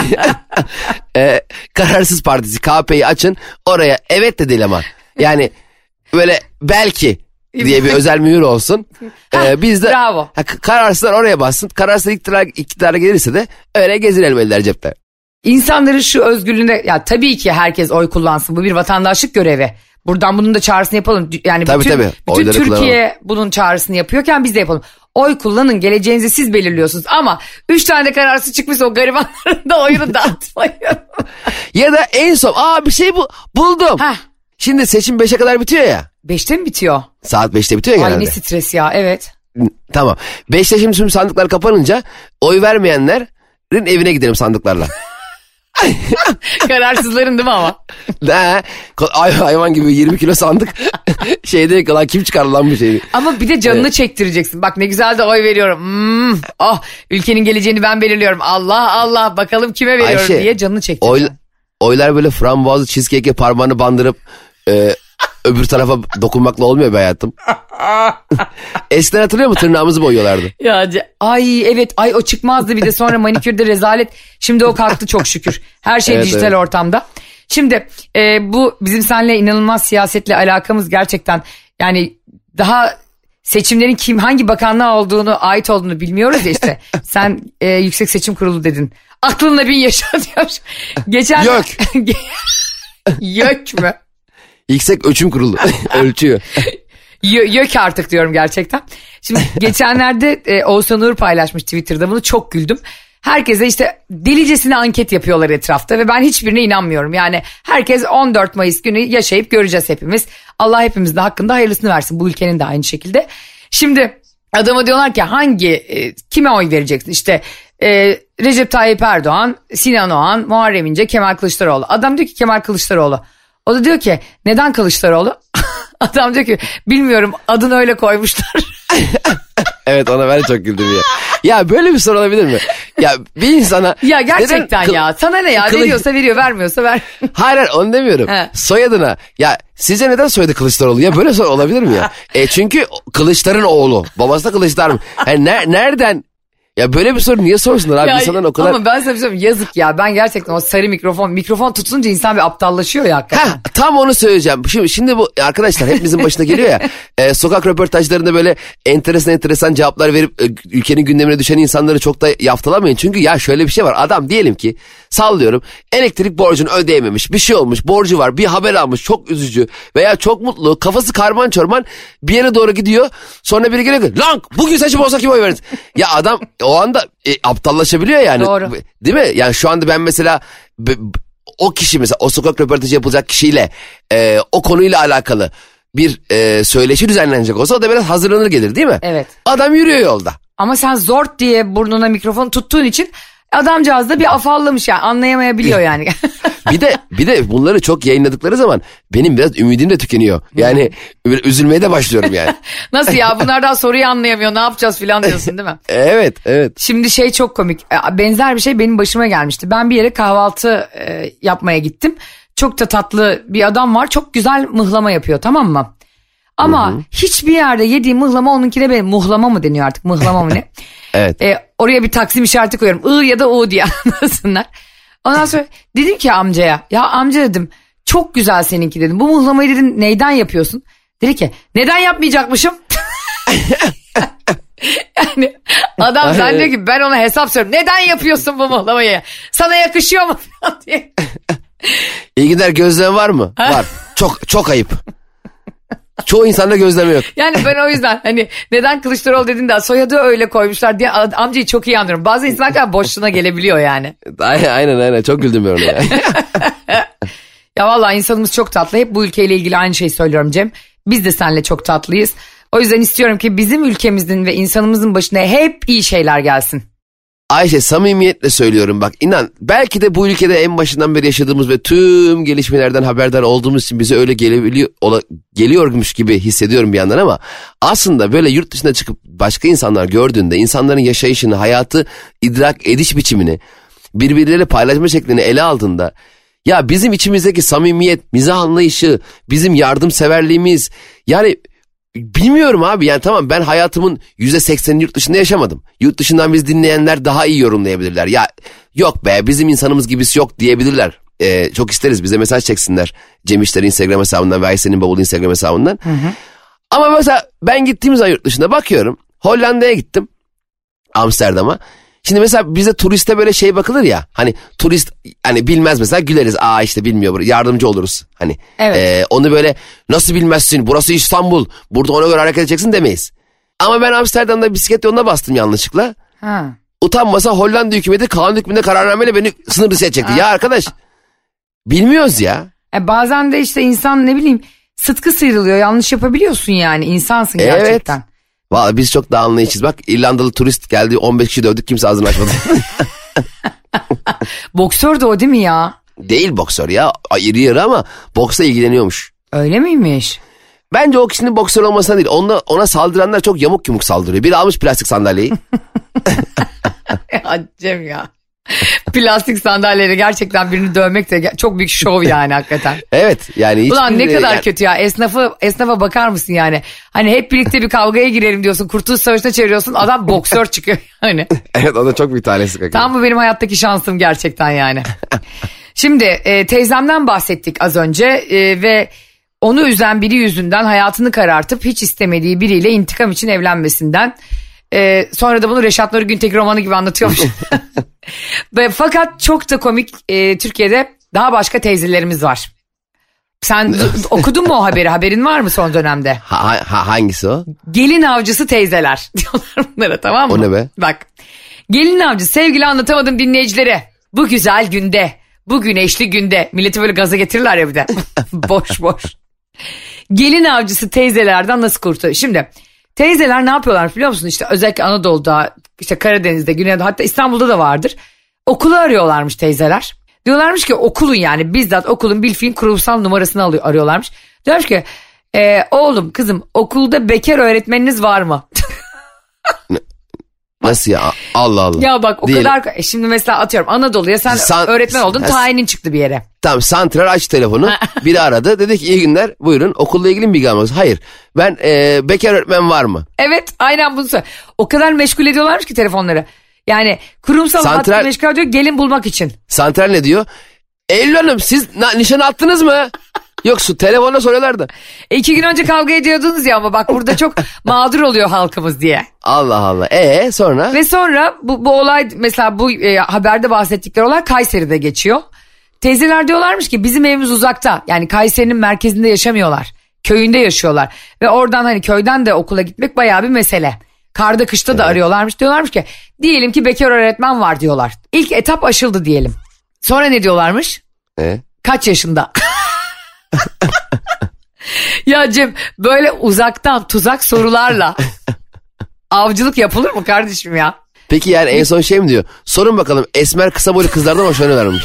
Kararsız Partisi KP'yi açın, oraya evet de değil ama. Yani böyle belki diye bir özel mühür olsun. Biz de bravo. Kararsızlar oraya bassın. Kararsız iktidara gelirse de öyle gezinelim eller cepte. İnsanların şu özgürlüğüne, ya tabii ki herkes oy kullansın. Bu bir vatandaşlık görevi. Buradan bunun da çağrısını yapalım. Yani bütün Türkiye kullanalım. Bunun çağrısını yapıyorken biz de yapalım. Oy kullanın, geleceğinizi siz belirliyorsunuz. Ama 3 tane de kararsız çıkmışsa o garibanların da oyunu dağıtmayın. Ya da en son bir şey buldum. Heh. Şimdi seçim 5'e kadar bitiyor ya. 5'te mi bitiyor? Saat 5'te bitiyor genelde. Ay ne stres ya, evet. Tamam. 5'te şimdi tüm sandıklar kapanınca oy vermeyenlerin evine gidelim sandıklarla. Kararsızların değil mi ama? Hayvan gibi 20 kilo sandık. Şeyde lan kim çıkar lan bu şeyi? Ama bir de canını çektireceksin. Bak ne güzel de oy veriyorum. Ülkenin geleceğini ben belirliyorum. Allah Allah, bakalım kime veriyorum diye canını çektireceksin. Oylar böyle frambuazlı cheesecake'e parmağını bandırıp öbür tarafa dokunmakla olmuyor be hayatım. Eskiden hatırlıyor musun, tırnağımızı boyuyorlardı. Ya evet, o çıkmazdı, bir de sonra manikürde rezalet. Şimdi o kalktı çok şükür. Her şey dijital ortamda. Şimdi bu bizim seninle inanılmaz siyasetle alakamız gerçekten, yani daha seçimlerin hangi bakanlığa ait olduğunu bilmiyoruz ya işte. Sen Yüksek Seçim Kurulu dedin. Aklınla bin yaşa diyor. Geçen Yok. Yok mu? Yüksek Ölçüm Kurulu ölçüyor. Yok artık diyorum gerçekten. Şimdi geçenlerde Oğuzhan Uğur paylaşmış Twitter'da, bunu çok güldüm. Herkese işte delicesine anket yapıyorlar etrafta ve ben hiçbirine inanmıyorum. Yani herkes 14 Mayıs günü yaşayıp göreceğiz hepimiz. Allah hepimizin de hakkında hayırlısını versin, bu ülkenin de aynı şekilde. Şimdi adama diyorlar ki kime oy vereceksin? İşte Recep Tayyip Erdoğan, Sinan Oğan, Muharrem İnce, Kemal Kılıçdaroğlu. Adam diyor ki Kemal Kılıçdaroğlu. O da diyor ki neden Kılıçdaroğlu? Adam diyor ki bilmiyorum, adını öyle koymuşlar. Evet, ona ben çok güldüm ya. Ya böyle bir soru olabilir mi? Ya bir insana... Ya gerçekten ya, sana ne ya, veriyorsa veriyor, vermiyorsa ver. Hayır onu demiyorum. Soyadına. Ya size neden soyadı Kılıçdaroğlu ya, böyle soru olabilir mi ya? Çünkü Kılıçların oğlu. Babası da Kılıçlar mı? Yani nereden... Ya böyle bir soru niye sorsunlar abi, insanların o kadar... Ama ben sana bir şey söyleyeyim, yazık ya, ben gerçekten o sarı mikrofon tutunca insan bir aptallaşıyor ya hakikaten. Tam onu söyleyeceğim. Şimdi bu arkadaşlar hepimizin başına geliyor ya, sokak röportajlarında böyle enteresan cevaplar verip ülkenin gündemine düşen insanları çok da yaftalamayın. Çünkü ya şöyle bir şey var, adam diyelim ki sallıyorum elektrik borcunu ödeyememiş, bir şey olmuş, borcu var, bir haber almış, çok üzücü veya çok mutlu, kafası karman çorman bir yere doğru gidiyor, sonra biri geliyor lan bugün seçim olsa kim oy veririz? Ya adam o anda aptallaşabiliyor yani. Doğru. Değil mi? Yani şu anda ben mesela o kişi, mesela o sokak röportajı yapılacak kişiyle o konuyla alakalı bir söyleşi düzenlenecek olsa o da biraz hazırlanır gelir değil mi? Evet. Adam yürüyor yolda. Ama sen zort diye burnuna mikrofon tuttuğun için adamcağız da bir afallamış yani, anlayamayabiliyor yani. bir de bunları çok yayınladıkları zaman benim biraz ümidim de tükeniyor. Yani üzülmeye de başlıyorum yani. Nasıl ya, bunlardan soruyu anlayamıyor, ne yapacağız filan diyorsun değil mi? Evet. Şimdi çok komik, benzer bir şey benim başıma gelmişti. Ben bir yere kahvaltı yapmaya gittim. Çok da tatlı bir adam var, çok güzel mıhlama yapıyor, tamam mı? Ama hiçbir yerde yediğim mıhlama onunkine benim, muhlama mı deniyor artık, mıhlama mı ne? Evet. Oraya bir taksim işareti koyuyorum. I ya da U diye anlasınlar. Ondan sonra dedim ki amcaya, ya amca dedim, çok güzel seninki dedim. Bu mıhlamayı dedim neyden yapıyorsun? Dedi ki neden yapmayacakmışım? Yani adam zannediyor ki ben ona hesap soruyorum. Neden yapıyorsun bu mıhlamayı? Sana yakışıyor mu falan diye. İyi günler, gözlem var mı? Var. Çok ayıp. Çoğu insanda gözleme yok. Yani ben o yüzden neden Kılıçdaroğlu dediğinde soyadı öyle koymuşlar diye amcayı çok iyi anlıyorum. Bazı insanlar boşluğuna gelebiliyor yani. Aynen çok güldüm ben ona ya. Ya vallahi insanımız çok tatlı. Hep bu ülkeyle ilgili aynı şeyi söylüyorum Cem. Biz de seninle çok tatlıyız. O yüzden istiyorum ki bizim ülkemizin ve insanımızın başına hep iyi şeyler gelsin. Ayşe, samimiyetle söylüyorum bak, inan belki de bu ülkede en başından beri yaşadığımız ve tüm gelişmelerden haberdar olduğumuz için bize öyle geliyormuş gibi hissediyorum bir yandan, ama aslında böyle yurt dışına çıkıp başka insanlar gördüğünde insanların yaşayışını, hayatı idrak ediş biçimini birbirleriyle paylaşma şeklini ele aldığında ya bizim içimizdeki samimiyet, mizah anlayışı, bizim yardımseverliğimiz yani bilmiyorum abi yani tamam ben hayatımın %80'ini yurt dışında yaşamadım. Yurt dışından biz dinleyenler daha iyi yorumlayabilirler. Ya yok be bizim insanımız gibisi yok diyebilirler. Çok isteriz bize mesaj çeksinler. Cem İşler Instagram hesabından ve Aysen'in bavulu Instagram hesabından. Ama mesela ben gittiğim zaman yurt dışında bakıyorum. Hollanda'ya gittim. Amsterdam'a. Şimdi mesela bize turiste böyle şey bakılır ya. Hani turist hani bilmez mesela güleriz. Aa işte bilmiyor yardımcı oluruz. Hani Evet. onu böyle nasıl bilmezsin burası İstanbul. Burada ona göre hareket edeceksin demeyiz. Ama ben Amsterdam'da bisiklet yoluna bastım yanlışlıkla. Ha. Utanmasa Hollanda hükümeti kanun hükmünde kararnameyle beni sınır dışı edecekti. Ya arkadaş bilmiyoruz ya. Bazen de işte insan ne bileyim sıtkı sıyrılıyor. Yanlış yapabiliyorsun yani. İnsansın gerçekten. Evet. Vallahi biz çok daha anlayışız. Bak İrlandalı turist geldi 15 kişi dövdük kimse ağzını açmadı. Boksör de o değil mi ya? Değil boksör ya. İri yarı ama boksla ilgileniyormuş. Öyle miymiş? Bence o kişinin boksör olmasına değil. Ona saldıranlar çok yamuk yumuk saldırıyor. Biri almış plastik sandalyeyi. Ya Cem ya. Plastik sandalyeyle gerçekten birini dövmek de çok büyük şov yani hakikaten. Evet yani. Ulan ne kadar kötü ya esnafa bakar mısın yani? Hani hep birlikte bir kavgaya girelim diyorsun. Kurtuluş Savaşı'na çeviriyorsun adam boksör çıkıyor yani. Evet o da çok bir tanesi. Tam bu benim hayattaki şansım gerçekten yani. Şimdi teyzemden bahsettik az önce ve onu üzen biri yüzünden hayatını karartıp hiç istemediği biriyle intikam için evlenmesinden. Sonra da bunu Reşat Nuri Güntekin romanı gibi anlatıyormuş. Fakat çok da komik Türkiye'de daha başka teyzelerimiz var. Sen okudun mu o haberi? Haberin var mı son dönemde? Hangisi o? Gelin avcısı teyzeler diyorlar bunlara, tamam mı? O ne be? Bak gelin avcısı sevgili anlatamadım dinleyicilere. Bu güzel günde, bu güneşli günde. Milleti böyle gaza getirirler ya bir de. Boş boş. Gelin avcısı teyzelerden nasıl kurtuluyor? Şimdi teyzeler ne yapıyorlar biliyor musun? İşte özellikle Anadolu'da, işte Karadeniz'de, Güneydoğu'da, hatta İstanbul'da da vardır. Okulu arıyorlarmış teyzeler. Diyorlarmış ki okulun yani bizzat okulun bilfiil kurumsal numarasını arıyorlarmış. Diyorlarmış ki oğlum kızım okulda bekar öğretmeniniz var mı? Nasıl ya? Allah Allah. Ya bak o Değil. kadar şimdi mesela atıyorum Anadolu'ya sen öğretmen oldun, tayinin çıktı bir yere. Tamam santral aç telefonu. Biri aradı dedi ki iyi günler buyurun okulla ilgili mi bilgi almak istiyorsunuz? Hayır ben bekar öğretmen var mı? Evet aynen bunu söyle. O kadar meşgul ediyorlarmış ki telefonları. Yani kurumsal hattı meşgul ediyor gelin bulmak için. Santral ne diyor? Eylül Hanım siz nişan attınız mı? Yok su telefona soruyorlar da. 2 gün önce kavga ediyordunuz ya ama bak burada çok mağdur oluyor halkımız diye. Allah Allah. Sonra? Ve sonra bu olay mesela bu haberde bahsettikleri olay Kayseri'de geçiyor. Teyzeler diyorlarmış ki bizim evimiz uzakta. Yani Kayseri'nin merkezinde yaşamıyorlar. Köyünde yaşıyorlar. Ve oradan hani köyden de okula gitmek bayağı bir mesele. Karda kışta da arıyorlarmış. Diyorlarmış ki diyelim ki bekar öğretmen var diyorlar. İlk etap aşıldı diyelim. Sonra ne diyorlarmış? Kaç yaşında? Ya Cem böyle uzaktan tuzak sorularla avcılık yapılır mı kardeşim ya? Peki yani en son şey mi diyor? Sorun bakalım esmer kısa boylu kızlardan hoşlanıyorlarmış.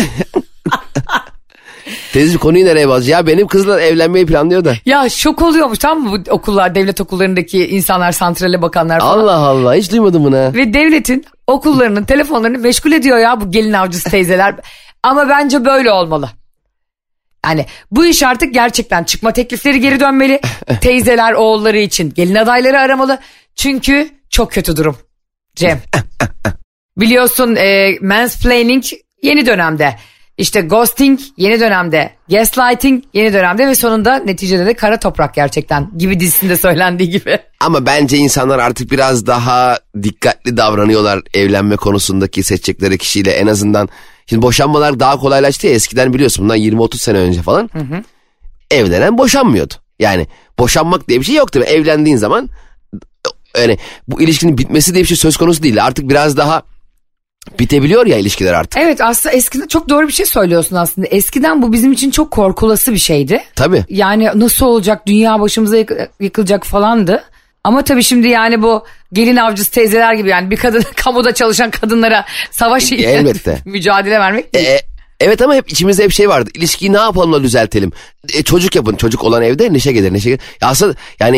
Teyzeciğim konuyu nereye bağlayacak? Ya benim kızla evlenmeyi planlıyor da. Ya şok oluyormuş tamam mı bu okullar, devlet okullarındaki insanlar, santrale bakanlar falan. Allah Allah hiç duymadım bunu. Ve devletin okullarının telefonlarını meşgul ediyor ya bu gelin avcısı teyzeler. Ama bence böyle olmalı. Yani bu iş artık gerçekten çıkma teklifleri geri dönmeli. Teyzeler oğulları için gelin adayları aramalı. Çünkü çok kötü durum. Cem. Biliyorsun mansplaining yeni dönemde. İşte ghosting yeni dönemde. Gaslighting yeni dönemde ve sonunda neticede de kara toprak gerçekten gibi dizisinde söylendiği gibi. Ama bence insanlar artık biraz daha dikkatli davranıyorlar evlenme konusundaki seçecekleri kişiyle en azından. Şimdi boşanmalar daha kolaylaştı ya eskiden biliyorsun bundan 20-30 sene önce falan evlenen boşanmıyordu. Yani boşanmak diye bir şey yoktu. Evlendiğin zaman yani bu ilişkinin bitmesi diye bir şey söz konusu değil. Artık biraz daha bitebiliyor ya ilişkiler artık. Evet aslında eskiden çok doğru bir şey söylüyorsun aslında. Eskiden bu bizim için çok korkulası bir şeydi. Tabii. Yani nasıl olacak dünya başımıza yıkılacak falandı. Ama tabii şimdi yani bu gelin avcısı teyzeler gibi yani bir kadın kamuda çalışan kadınlara savaş elbette mücadele vermek değil. Evet ama hep içimizde hep şey vardı. İlişkiyi ne yapalım da düzeltelim. Çocuk yapın. Çocuk olan evde neşe gelir. Neşe gelir. Aslında yani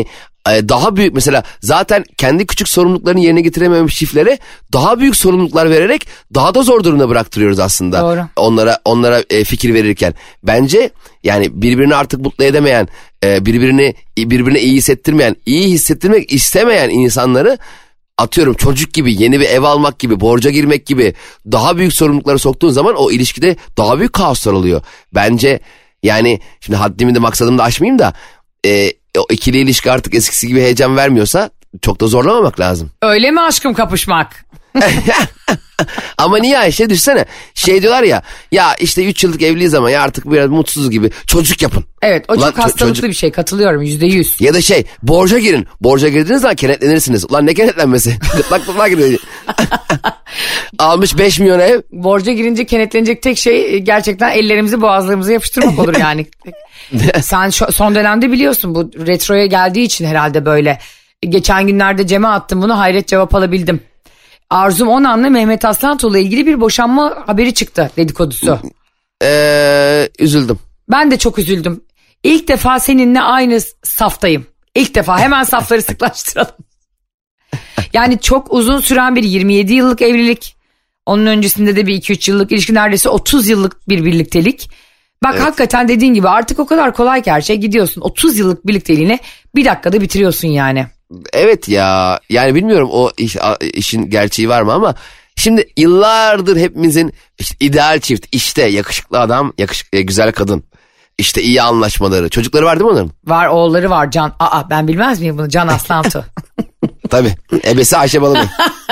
daha büyük mesela zaten kendi küçük sorumluluklarını yerine getirememiş çiftlere daha büyük sorumluluklar vererek daha da zor durumda bıraktırıyoruz aslında. Doğru. Onlara fikir verirken. Bence yani birbirini artık mutlu edemeyen, birbirine iyi hissettirmeyen, iyi hissettirmek istemeyen insanları atıyorum çocuk gibi, yeni bir ev almak gibi, borca girmek gibi daha büyük sorumluluklara soktuğun zaman o ilişkide daha büyük kaoslar oluyor. Bence yani şimdi haddimi de maksadımı da aşmayayım da o ikili ilişki artık eskisi gibi heyecan vermiyorsa çok da zorlamamak lazım. Öyle mi aşkım kapışmak? Ama niye Ayşe, düşsene diyorlar ya işte 3 yıllık evliyiz ama ya artık biraz mutsuz gibi, çocuk yapın. Evet, o çok hastalıklı bir şey, katılıyorum %100. Ya da borca girin, borca girdiğiniz zaman kenetlenirsiniz. Ulan ne kenetlenmesi? Gırtlak giriyor. Almış 5 milyon ev. Borca girince kenetlenecek tek şey gerçekten ellerimizi boğazlarımıza yapıştırmak olur yani. Sen son dönemde biliyorsun, bu retroya geldiği için herhalde böyle. Geçen günlerde Cem'e attım bunu, hayret cevap alabildim. Arzum Onan'la Mehmet Aslantoğlu'yla ilgili bir boşanma haberi çıktı, dedikodusu. Üzüldüm. Ben de çok üzüldüm. İlk defa seninle aynı saftayım. İlk defa, hemen safları sıklaştıralım. Yani çok uzun süren bir 27 yıllık evlilik. Onun öncesinde de bir 2-3 yıllık ilişki, neredeyse 30 yıllık bir birliktelik. Bak evet. Hakikaten dediğin gibi artık o kadar kolay ki her şey, gidiyorsun 30 yıllık birlikteliğini bir dakikada bitiriyorsun yani. Evet ya, yani bilmiyorum o işin gerçeği var mı ama şimdi yıllardır hepimizin ideal çift, işte yakışıklı adam, güzel kadın, işte iyi anlaşmaları, çocukları var değil mi onların? Var, oğulları var Can. Ben bilmez miyim bunu, Can Aslantu. Tabii, ebesi Ayşe Balıbey.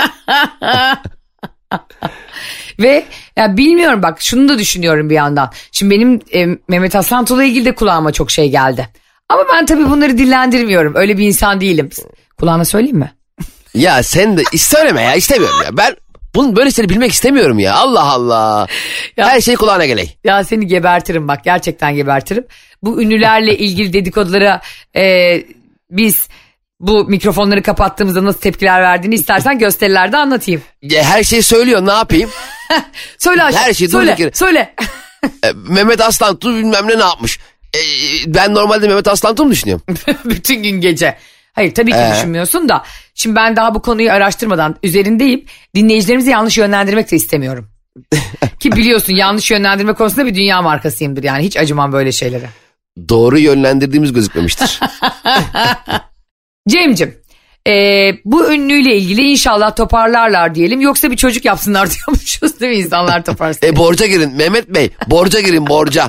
Ve ya bilmiyorum, bak şunu da düşünüyorum bir yandan. Şimdi benim Mehmet Aslantoğlu'yla ilgili de kulağıma çok şey geldi. Ama ben tabii bunları dillendirmiyorum. Öyle bir insan değilim. Kulağına söyleyeyim mi? Ya sen de söyleme ya, istemiyorum ya. Ben bunun böyle şeyleri bilmek istemiyorum ya. Allah Allah. Ya, her şey kulağına geley. Ya seni gebertirim bak, gerçekten gebertirim. Bu ünlülerle ilgili dedikodulara biz bu mikrofonları kapattığımızda nasıl tepkiler verdiğini istersen gösterilerde anlatayım. Ya, her şeyi söylüyor, ne yapayım? Söyle Ayşe, her şeyi söyle. Mehmet Aslantu bilmem ne yapmış. Ben normalde Mehmet Aslantu mu düşünüyorum? Bütün gün gece. Hayır tabii ki düşünmüyorsun da. Şimdi ben daha bu konuyu araştırmadan üzerindeyim. Dinleyicilerimizi yanlış yönlendirmek de istemiyorum. Ki biliyorsun, yanlış yönlendirme konusunda bir dünya markasıyımdır yani. Hiç acımam böyle şeylere. Doğru yönlendirdiğimiz gözükmemiştir. Cem'cim, bu ünlüyle ilgili inşallah toparlarlar diyelim. Yoksa bir çocuk yapsınlar diyormuşuz değil mi, insanlar toparsın. Borca girin Mehmet Bey, borca girin, borca.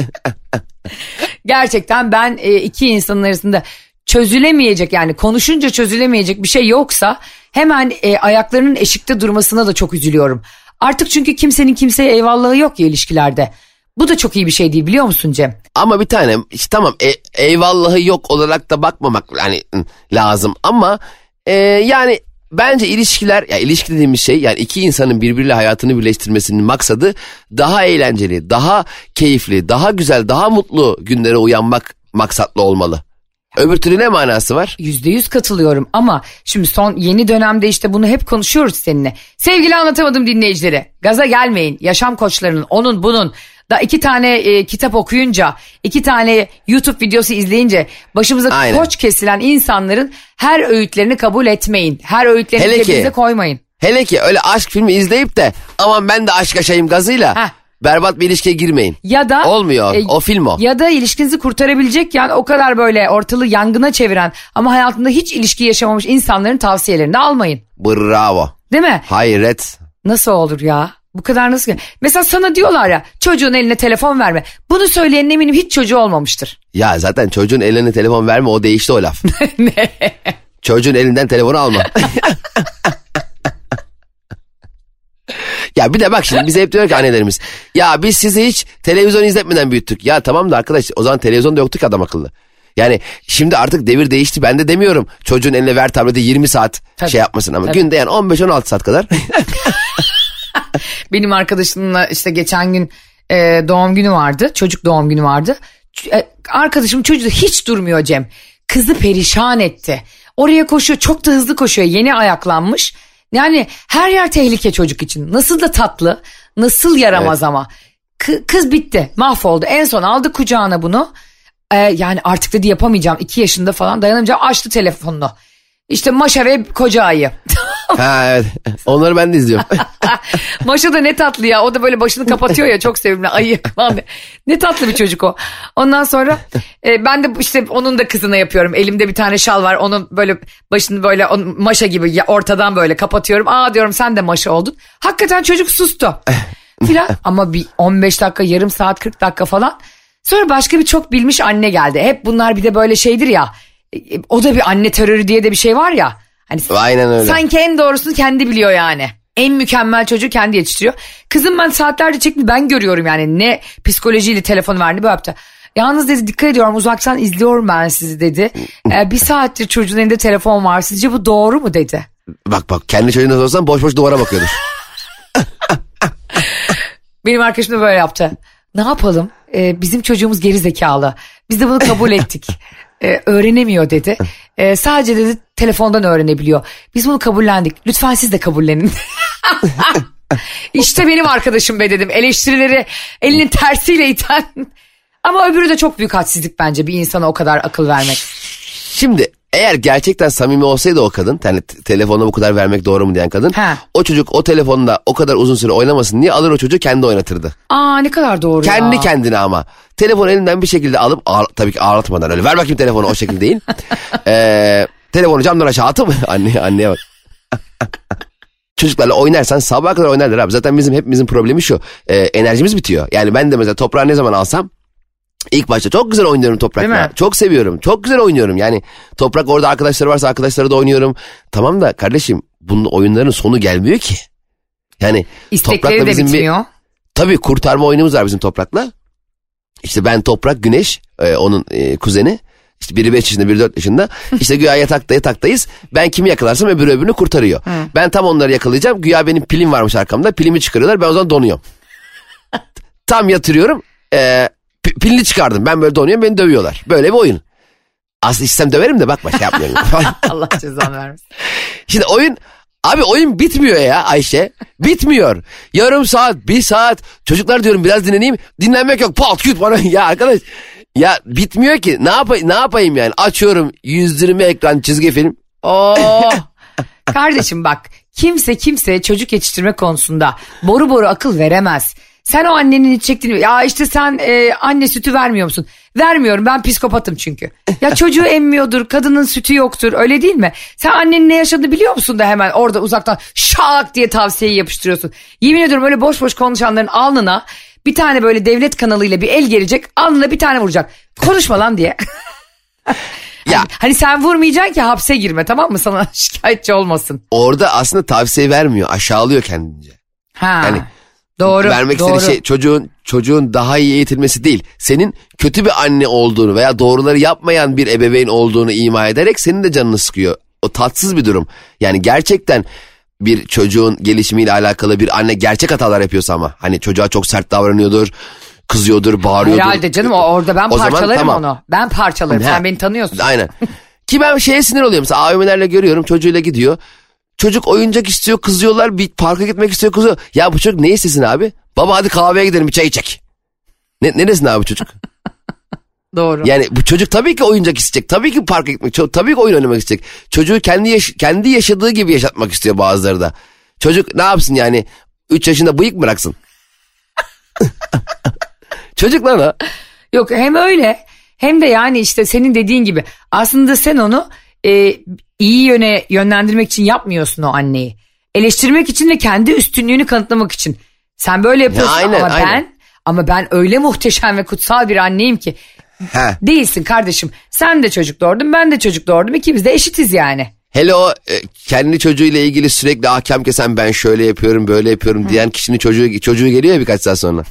Gerçekten ben iki insanın arasında çözülemeyecek, yani konuşunca çözülemeyecek bir şey yoksa hemen ayaklarının eşikte durmasına da çok üzülüyorum. Artık çünkü kimsenin kimseye eyvallahı yok ya ilişkilerde. Bu da çok iyi bir şey değil, biliyor musun Cem? Ama bir tanem işte tamam, eyvallahı yok olarak da bakmamak yani lazım ama yani bence ilişkiler, ya ilişki dediğimiz şey, yani iki insanın birbiriyle hayatını birleştirmesinin maksadı daha eğlenceli, daha keyifli, daha güzel, daha mutlu günlere uyanmak maksatlı olmalı. Öbür türlü ne manası var? %100 katılıyorum ama şimdi son yeni dönemde işte bunu hep konuşuyoruz seninle. Sevgili anlatamadım dinleyicilere, gaza gelmeyin. Yaşam koçlarının, onun bunun da 2 tane kitap okuyunca, 2 tane YouTube videosu izleyince başımıza koç kesilen insanların her öğütlerini kabul etmeyin. Her öğütlerini cebinize koymayın. Hele ki öyle aşk filmi izleyip de aman ben de aşk yaşayayım gazıyla berbat bir ilişkiye girmeyin. Ya da olmuyor, o film o. Ya da ilişkinizi kurtarabilecek, yani o kadar böyle ortalığı yangına çeviren ama hayatında hiç ilişki yaşamamış insanların tavsiyelerini almayın. Bravo. Değil mi? Hayret. Nasıl olur ya? Bu kadar nasıl? Mesela sana diyorlar ya, çocuğun eline telefon verme. Bunu söyleyenin eminim hiç çocuğu olmamıştır. Ya zaten çocuğun eline telefon verme, o değişti o laf. Ne? Çocuğun elinden telefonu alma. Ya bir de bak şimdi bize hep diyor ki annelerimiz, ya biz sizi hiç televizyon izletmeden büyüttük. Ya tamam da arkadaş, o zaman televizyon da yoktu ki adam akıllı. Yani şimdi artık devir değişti, ben de demiyorum çocuğun eline ver tableti 20 saat tabii, şey yapmasın ama günde yani 15-16 saat kadar. Benim arkadaşımla işte geçen gün doğum günü vardı, çocuk doğum günü vardı. Arkadaşım çocuğu hiç durmuyor Cem. Kızı perişan etti. Oraya koşuyor, çok da hızlı koşuyor, yeni ayaklanmış. Yani her yer tehlike çocuk için. Nasıl da tatlı, nasıl yaramaz ama. Kız bitti, mahvoldu. En son aldı kucağına bunu. Yani artık dedi yapamayacağım. 2 yaşında falan dayanamayacağım. Açtı telefonunu. İşte Maşa ve Koca Ayı. Ha evet. Onları ben de izliyorum. Maşa da ne tatlı ya. O da böyle başını kapatıyor ya, çok sevimli. Ayı falan. Ne tatlı bir çocuk o. Ondan sonra ben de işte onun da kızına yapıyorum. Elimde bir tane şal var. Onun böyle başını böyle Maşa gibi ortadan böyle kapatıyorum. Aa diyorum, sen de Maşa oldun. Hakikaten çocuk sustu. Filan. Ama bir 15 dakika, yarım saat, 40 dakika falan. Sonra başka bir çok bilmiş anne geldi. Hep bunlar bir de böyle şeydir ya. O da bir anne terörü diye de bir şey var ya. Hani Aynen öyle. sanki en doğrusunu kendi biliyor yani. En mükemmel çocuğu kendi yetiştiriyor. Kızım ben saatlerce çekti, ben görüyorum yani ne psikolojiyle telefonu verdi böyle yaptı. Yalnız dedi dikkat ediyorum, uzaktan izliyorum ben sizi dedi. Bir saattir çocuğun elinde telefon var, sizce bu doğru mu dedi. Bak kendi çocuğuna sorsan boş boş duvara bakıyordur. Benim arkadaşım da böyle yaptı. Ne yapalım? Bizim çocuğumuz geri zekalı. Biz de bunu kabul ettik. Öğrenemiyor dedi. Sadece dedi telefondan öğrenebiliyor. Biz bunu kabullendik. Lütfen siz de kabullenin. İşte benim arkadaşım be dedim. Eleştirileri elinin tersiyle iten. Ama öbürü de çok büyük hadsizlik bence, bir insana o kadar akıl vermek. Şimdi eğer gerçekten samimi olsaydı o kadın, yani telefona bu kadar vermek doğru mu diyen kadın, o çocuk o telefonda o kadar uzun süre oynamasın diye alır o çocuğu kendi oynatırdı. Aa ne kadar doğru kendi ya. Kendine ama. Telefonu elinden bir şekilde alıp tabii ki ağlatmadan, öyle ver bakayım telefonu, o şekilde değil. Telefonu camdan aşağı atıp anneye bak. Çocuklarla oynarsan sabaha kadar oynarlar abi. Zaten hepimizin problemi şu. Enerjimiz bitiyor. Yani ben de mesela toprağı ne zaman alsam İlk başta çok güzel oynuyorum toprakla. Çok seviyorum. Çok güzel oynuyorum. Yani toprak orada arkadaşları varsa arkadaşları da oynuyorum. Tamam da kardeşim, bunun oyunların sonu gelmiyor ki. Yani İstekleri toprakla de bizim bitmiyor. Tabii kurtarma oyunumuz var bizim toprakla. İşte ben Toprak, Güneş, onun kuzeni. İşte biri 5 yaşında, biri 4 yaşında. İşte güya yataktayız. Ben kimi yakalarsam öbürünü kurtarıyor. Ben tam onları yakalayacağım. Güya benim pilim varmış arkamda. Pilimi çıkarıyorlar. Ben o zaman donuyorum. Tam yatırıyorum. Pilini çıkardım. Ben böyle donuyorum, beni dövüyorlar. Böyle bir oyun. Aslında istem döverim de bakma şey yapmıyorum. Allah cezanı vermesin. Şimdi oyun bitmiyor ya Ayşe. Bitmiyor. Yarım saat, 1 saat. Çocuklar diyorum biraz dinleneyim. Dinlenmek yok. Pat küt bana. Ya arkadaş. Ya bitmiyor ki. Ne yapayım yani? Açıyorum 120 ekran çizgi film. Kardeşim bak, kimse çocuk yetiştirme konusunda boru akıl veremez. Sen o annenin hiç çektiğini... Ya işte sen anne sütü vermiyor musun? Vermiyorum, ben psikopatım çünkü. Ya çocuğu emmiyordur, kadının sütü yoktur, öyle değil mi? Sen annenin ne yaşadığını biliyor musun da hemen orada uzaktan şak diye tavsiyeyi yapıştırıyorsun. Yemin ediyorum öyle boş boş konuşanların alnına bir tane böyle devlet kanalıyla bir el gelecek, alnına bir tane vuracak. Konuşma lan diye. Ya. Hani sen vurmayacaksın ki hapse girme, tamam mı, sana şikayetçi olmasın. Orada aslında tavsiye vermiyor, aşağılıyor kendince. Ha. Yani doğru. Vermek istediği şey çocuğun daha iyi eğitilmesi değil. Senin kötü bir anne olduğunu veya doğruları yapmayan bir ebeveyn olduğunu ima ederek senin de canını sıkıyor. O tatsız bir durum. Yani gerçekten bir çocuğun gelişimiyle alakalı bir anne gerçek hatalar yapıyorsa, ama hani çocuğa çok sert davranıyordur, kızıyordur, bağırıyordur. Herhalde canım, orada ben parçalarım tamam. Onu. Ben parçalarım. Sen beni tanıyorsun. Aynen. Ki ben şeye sinir oluyorum. Mesela AVM'lerle görüyorum, çocuğuyla gidiyor. Çocuk oyuncak istiyor, kızıyorlar. Bir parka gitmek istiyor, kızıyor. Ya bu çocuk ne istesin abi? Baba hadi kahveye gidelim, bir çay içecek. Ne desin abi çocuk? Doğru. Yani bu çocuk tabii ki oyuncak isteyecek. Tabii ki parka gitmek, tabii ki oyun oynamak isteyecek. Çocuğu kendi yaşadığı gibi yaşatmak istiyor bazıları da. Çocuk ne yapsın yani? 3 yaşında bıyık mı bıraksın? Çocuk lan o. Yok, hem öyle hem de yani işte senin dediğin gibi aslında sen onu iyi yöne yönlendirmek için yapmıyorsun o anneyi. Eleştirmek için ve kendi üstünlüğünü kanıtlamak için. Sen böyle yapıyorsun ama ben öyle muhteşem ve kutsal bir anneyim ki. Değilsin kardeşim. Sen de çocuk doğurdun, ben de çocuk doğurdum. İkimiz de eşitiz yani. Hele o kendi çocuğuyla ilgili sürekli ahkam kesen, ben şöyle yapıyorum böyle yapıyorum diyen kişinin çocuğu geliyor ya birkaç saat sonra.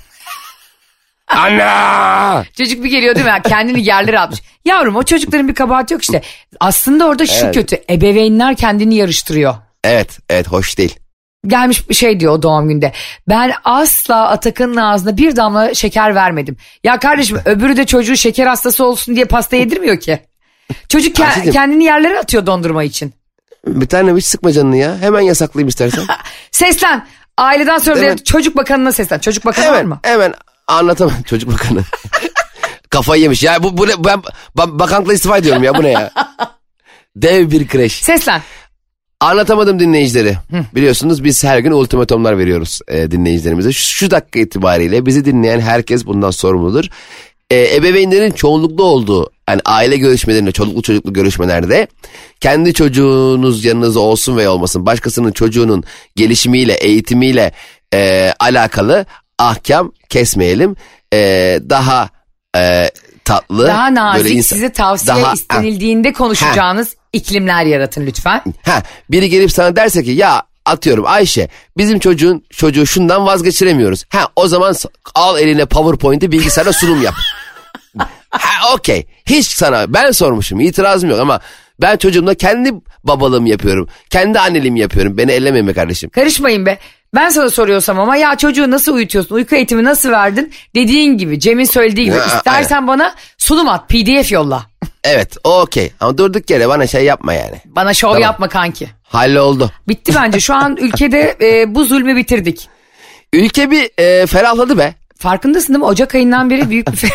Anne! Çocuk bir geliyor değil mi? Kendini yerlere atmış. Yavrum o çocukların bir kabahati yok işte. Aslında orada şu kötü. Ebeveynler kendini yarıştırıyor. Evet hoş değil. Gelmiş bir şey diyor o doğum günde. Ben asla Atakan'ın ağzına bir damla şeker vermedim. Ya kardeşim öbürü de çocuğu şeker hastası olsun diye pasta yedirmiyor ki. Çocuk kendini yerlere atıyor dondurma için. Bir tane hiç sıkma canını ya. Hemen yasaklayayım istersen. Seslen. Aileden sonra çocuk bakanına seslen. Çocuk bakanı var mı? Hemen anlatamam çocuk bakanı. Kafayı yemiş. Ya bu ne? Ben bakanlıkla istifa ediyorum ya, bu ne ya? Dev bir kreş. Seslen. Anlatamadım dinleyicileri. Biliyorsunuz biz her gün ultimatomlar veriyoruz dinleyicilerimize. Şu dakika itibariyle bizi dinleyen herkes bundan sorumludur. Ebeveynlerin çoğunluklu olduğu, yani aile görüşmelerinde, çocuklu görüşmelerde kendi çocuğunuz yanınızda olsun veya olmasın, başkasının çocuğunun gelişimiyle, eğitimiyle alakalı ahkam kesmeyelim. Daha tatlı. Daha nazik, size tavsiye istenildiğinde konuşacağınız iklimler yaratın lütfen. Biri gelip sana derse ki ya atıyorum Ayşe, bizim çocuğu şundan vazgeçiremiyoruz. O zaman al eline PowerPoint'i, bilgisayarda sunum yap. Okey. Hiç sana, ben sormuşum, itirazım yok ama ben çocuğumla kendi babalığımı yapıyorum. Kendi anneliğimi yapıyorum. Beni ellemeyin be kardeşim. Karışmayın be. Ben sana soruyorsam ama ya çocuğu nasıl uyutuyorsun? Uyku eğitimi nasıl verdin? Dediğin gibi, Cem'in söylediği gibi. İstersen bana sunum at, PDF yolla. Evet, okey. Ama durduk yere bana şey yapma yani. Bana şov yapma kanki. Halloldu. Bitti bence. Şu an ülkede bu zulmü bitirdik. Ülke bir ferahladı be. Farkındasın değil mi? Ocak ayından beri büyük bir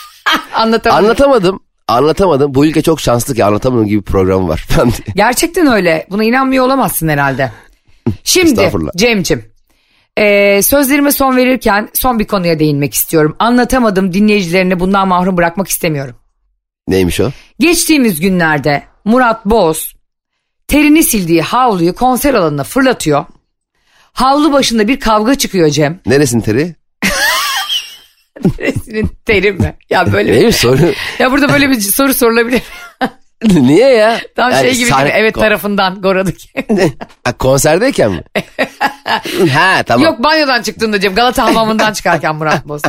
Anlatamadım. Bu ülke çok şanslı ki anlatamadım gibi bir programı var. Gerçekten öyle. Buna inanmıyor olamazsın herhalde. Şimdi Cem'cim, sözlerime son verirken son bir konuya değinmek istiyorum. Anlatamadım, dinleyicilerini bundan mahrum bırakmak istemiyorum. Neymiş o? Geçtiğimiz günlerde Murat Boz terini sildiği havluyu konser alanına fırlatıyor. Havlu başında bir kavga çıkıyor Cem. Neresinin teri? Neresinin teri mi? Ya böyle Neymiş soru? Ya burada böyle bir soru sorulabilir. Niye ya? Tam yani gibi evet tarafından goradık. Konserdeyken mi? Tamam. Yok, banyodan çıktığında Cem, Galata hamamından çıkarken Murat Boz.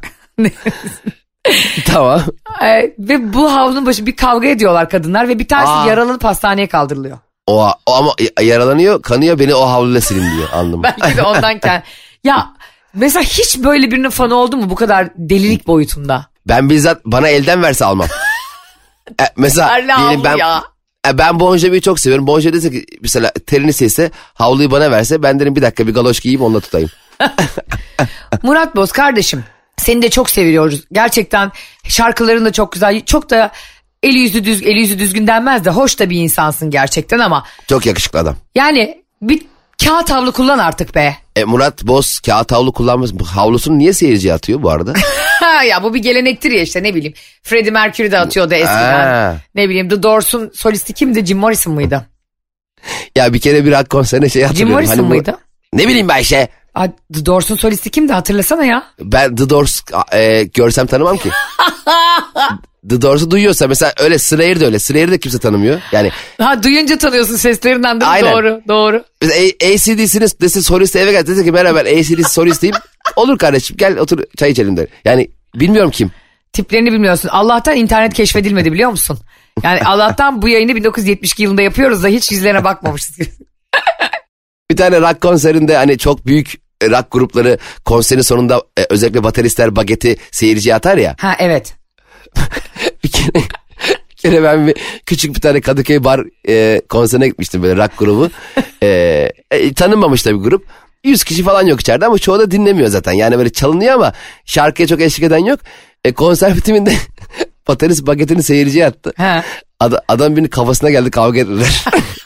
Tamam. Ve bu havlunun başı bir kavga ediyorlar kadınlar ve bir tanesi yaralanıp hastaneye kaldırılıyor. O ama yaralanıyor, kanıyor, beni o havluyla silin diyor, anladın mı? Belki de ondan ya mesela hiç böyle birinin fanı oldu mu bu kadar delilik boyutunda? Ben bizzat bana elden verse almam. Mesela diyelim ben Bon Jovi'yi çok seviyorum. Bon Jovi dese ki mesela terini silse, havluyu bana verse, ben derim bir dakika bir galoş giyeyim onunla tutayım. Murat Boz kardeşim, seni de çok seviyoruz. Gerçekten şarkıların da çok güzel. Çok da eli yüzü düzgün denmez de hoş da bir insansın gerçekten ama. Çok yakışıklı adam. Yani bir kağıt havlu kullan artık be. Murat Boz kağıt havlu kullanmaz. Havlusunu niye seyirciye atıyor bu arada? Ya bu bir gelenektir ya, işte ne bileyim. Freddie Mercury de atıyordu eskiden. Ne bileyim, The Doors'un solisti kimdi? Jim Morrison mıydı? Ya bir kere bir rock konserine hatırlıyorum. Jim Morrison mıydı? Ne bileyim ben işte. The Doors'un solisti kimdi, hatırlasana ya. Ben The Doors görsem tanımam ki. The Doors'u duyuyorsa mesela, öyle Slayer de öyle. Slayer'ı da kimse tanımıyor. Yani. Duyunca tanıyorsun seslerinden değil mi? Aynen. Doğru. Mesela AC/DC'nin desin solisti eve geldi. Dedi ki merhaba, ben AC/DC solistiyim. Olur kardeşim, gel otur çay içelim der. Yani bilmiyorum kim. Tiplerini bilmiyorsun. Allah'tan internet keşfedilmedi, biliyor musun? Yani Allah'tan bu yayını 1972 yılında yapıyoruz da hiç yüzlerine bakmamışız. Bir tane rock konserinde, hani çok büyük rock grupları konserin sonunda özellikle bateristler bageti seyirciye atar ya. Evet. bir kere ben küçük bir tane Kadıköy bar konserine gitmiştim, böyle rock grubu. Tanınmamış tabii grup. 100 kişi falan yok içeride ama çoğu da dinlemiyor zaten. Yani böyle çalınıyor ama şarkıya çok eşlik eden yok. Konser bitiminde baterist bagetini seyirciye attı. Adam birinin kafasına geldi, kavga ettiler.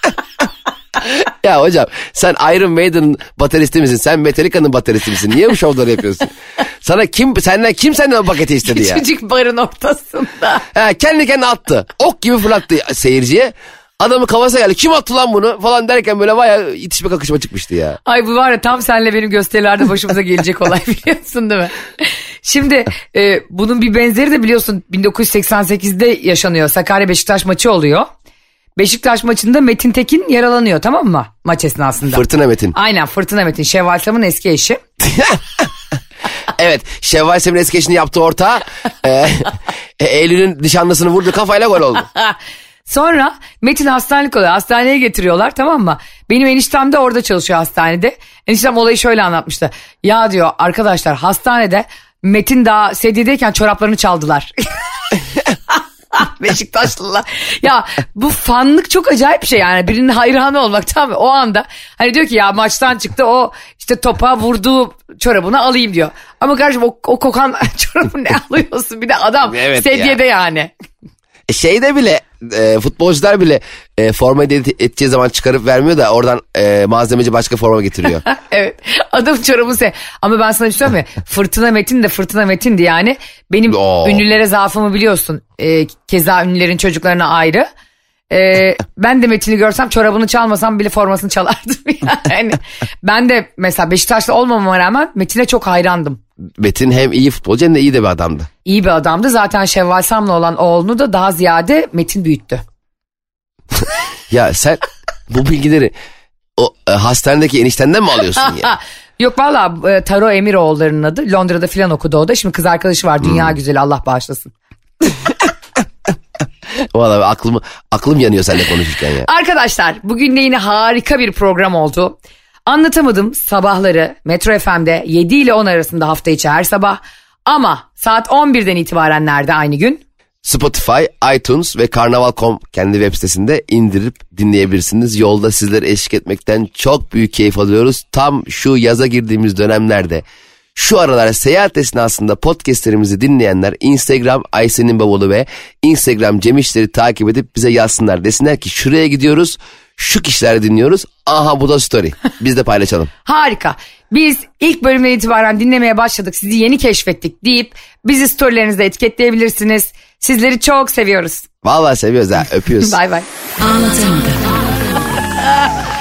Ya hocam, sen Iron Maiden'ın bateristi misin? Sen Metallica'nın bateristi misin? Niye bu şovları yapıyorsun? Senden kim o paketi istedi ya? Küçücük barın ortasında. Kendi kendine attı. Ok gibi fırlattı seyirciye. Adamın kafasına geldi. Kim attı lan bunu falan derken böyle bayağı itişme kakışma çıkmıştı ya. Ay bu var ya, tam senle benim gösterilerde başımıza gelecek olay, biliyorsun değil mi? Şimdi bunun bir benzeri de biliyorsun 1988'de yaşanıyor. Sakarya Beşiktaş maçı oluyor. Beşiktaş maçında Metin Tekin yaralanıyor, tamam mı? Maç esnasında. Fırtına Metin. Aynen, Fırtına Metin. Şevval Sam'ın eski eşi. Evet, Şevval Sam'ın eski eşini yaptı orta. Eylül'ün nişanlısını vurdu, kafayla gol oldu. Sonra Metin hastanelik oluyor. Hastaneye getiriyorlar, tamam mı? Benim eniştem de orada çalışıyor hastanede. Eniştem olayı şöyle anlatmıştı. Ya diyor, arkadaşlar hastanede Metin daha sedyedeyken çoraplarını çaldılar. Beşiktaşlılar. Ya bu fanlık çok acayip bir şey yani. Birinin hayranı olmak, tamam mı? O anda hani diyor ki ya maçtan çıktı, o işte topa vurduğu çorabını alayım diyor. Ama kardeşim o kokan çorabı ne alıyorsun? Bir de adam Evet sedyede yani. Şeyde bile futbolcular bile forma edeceği zaman çıkarıp vermiyor da oradan malzemeci başka forma getiriyor. Evet, adam çorabını ama ben sana bir şey söyleyeyim mi? Fırtına Metin de Fırtına Metin'di yani. Benim ünlülere zaafımı biliyorsun. Keza ünlülerin çocuklarına ayrı. Ben de Metin'i görsem çorabını çalmasam bile formasını çalardım yani. Ben de mesela Beşiktaşlı olmamama rağmen Metin'e çok hayrandım. Metin hem iyi futbolcu hem de iyi de bir adamdı. İyi bir adamdı. Zaten Şevval Sam'la olan oğlunu da daha ziyade Metin büyüttü. Ya sen bu bilgileri o hastanedeki eniştenden mi alıyorsun ya? Yok valla Taro Emiroğulları'nın adı. Londra'da filan okudu o da. Şimdi kız arkadaşı var, dünya güzeli, Allah bağışlasın. Valla aklım yanıyor seninle konuşurken ya. Arkadaşlar bugün de yine harika bir program oldu. Anlatamadım sabahları Metro FM'de 7 ile 10 arasında, hafta içi her sabah. Ama saat 11'den itibaren nerede aynı gün? Spotify, iTunes ve Karnaval.com kendi web sitesinde indirip dinleyebilirsiniz. Yolda sizlere eşlik etmekten çok büyük keyif alıyoruz. Tam şu yaza girdiğimiz dönemlerde, şu aralar seyahat esnasında podcastlerimizi dinleyenler Instagram Ayşe'nin bavulu ve Instagram Cem İşler'i takip edip bize yazsınlar. Desinler ki şuraya gidiyoruz, şu kişileri dinliyoruz. Aha bu da story. Biz de paylaşalım. Harika. Biz ilk bölümden itibaren dinlemeye başladık, sizi yeni keşfettik deyip bizi storylerinizde etiketleyebilirsiniz. Sizleri çok seviyoruz. Vallahi seviyoruz ha, öpüyoruz. Bay bay. Anlatamadım.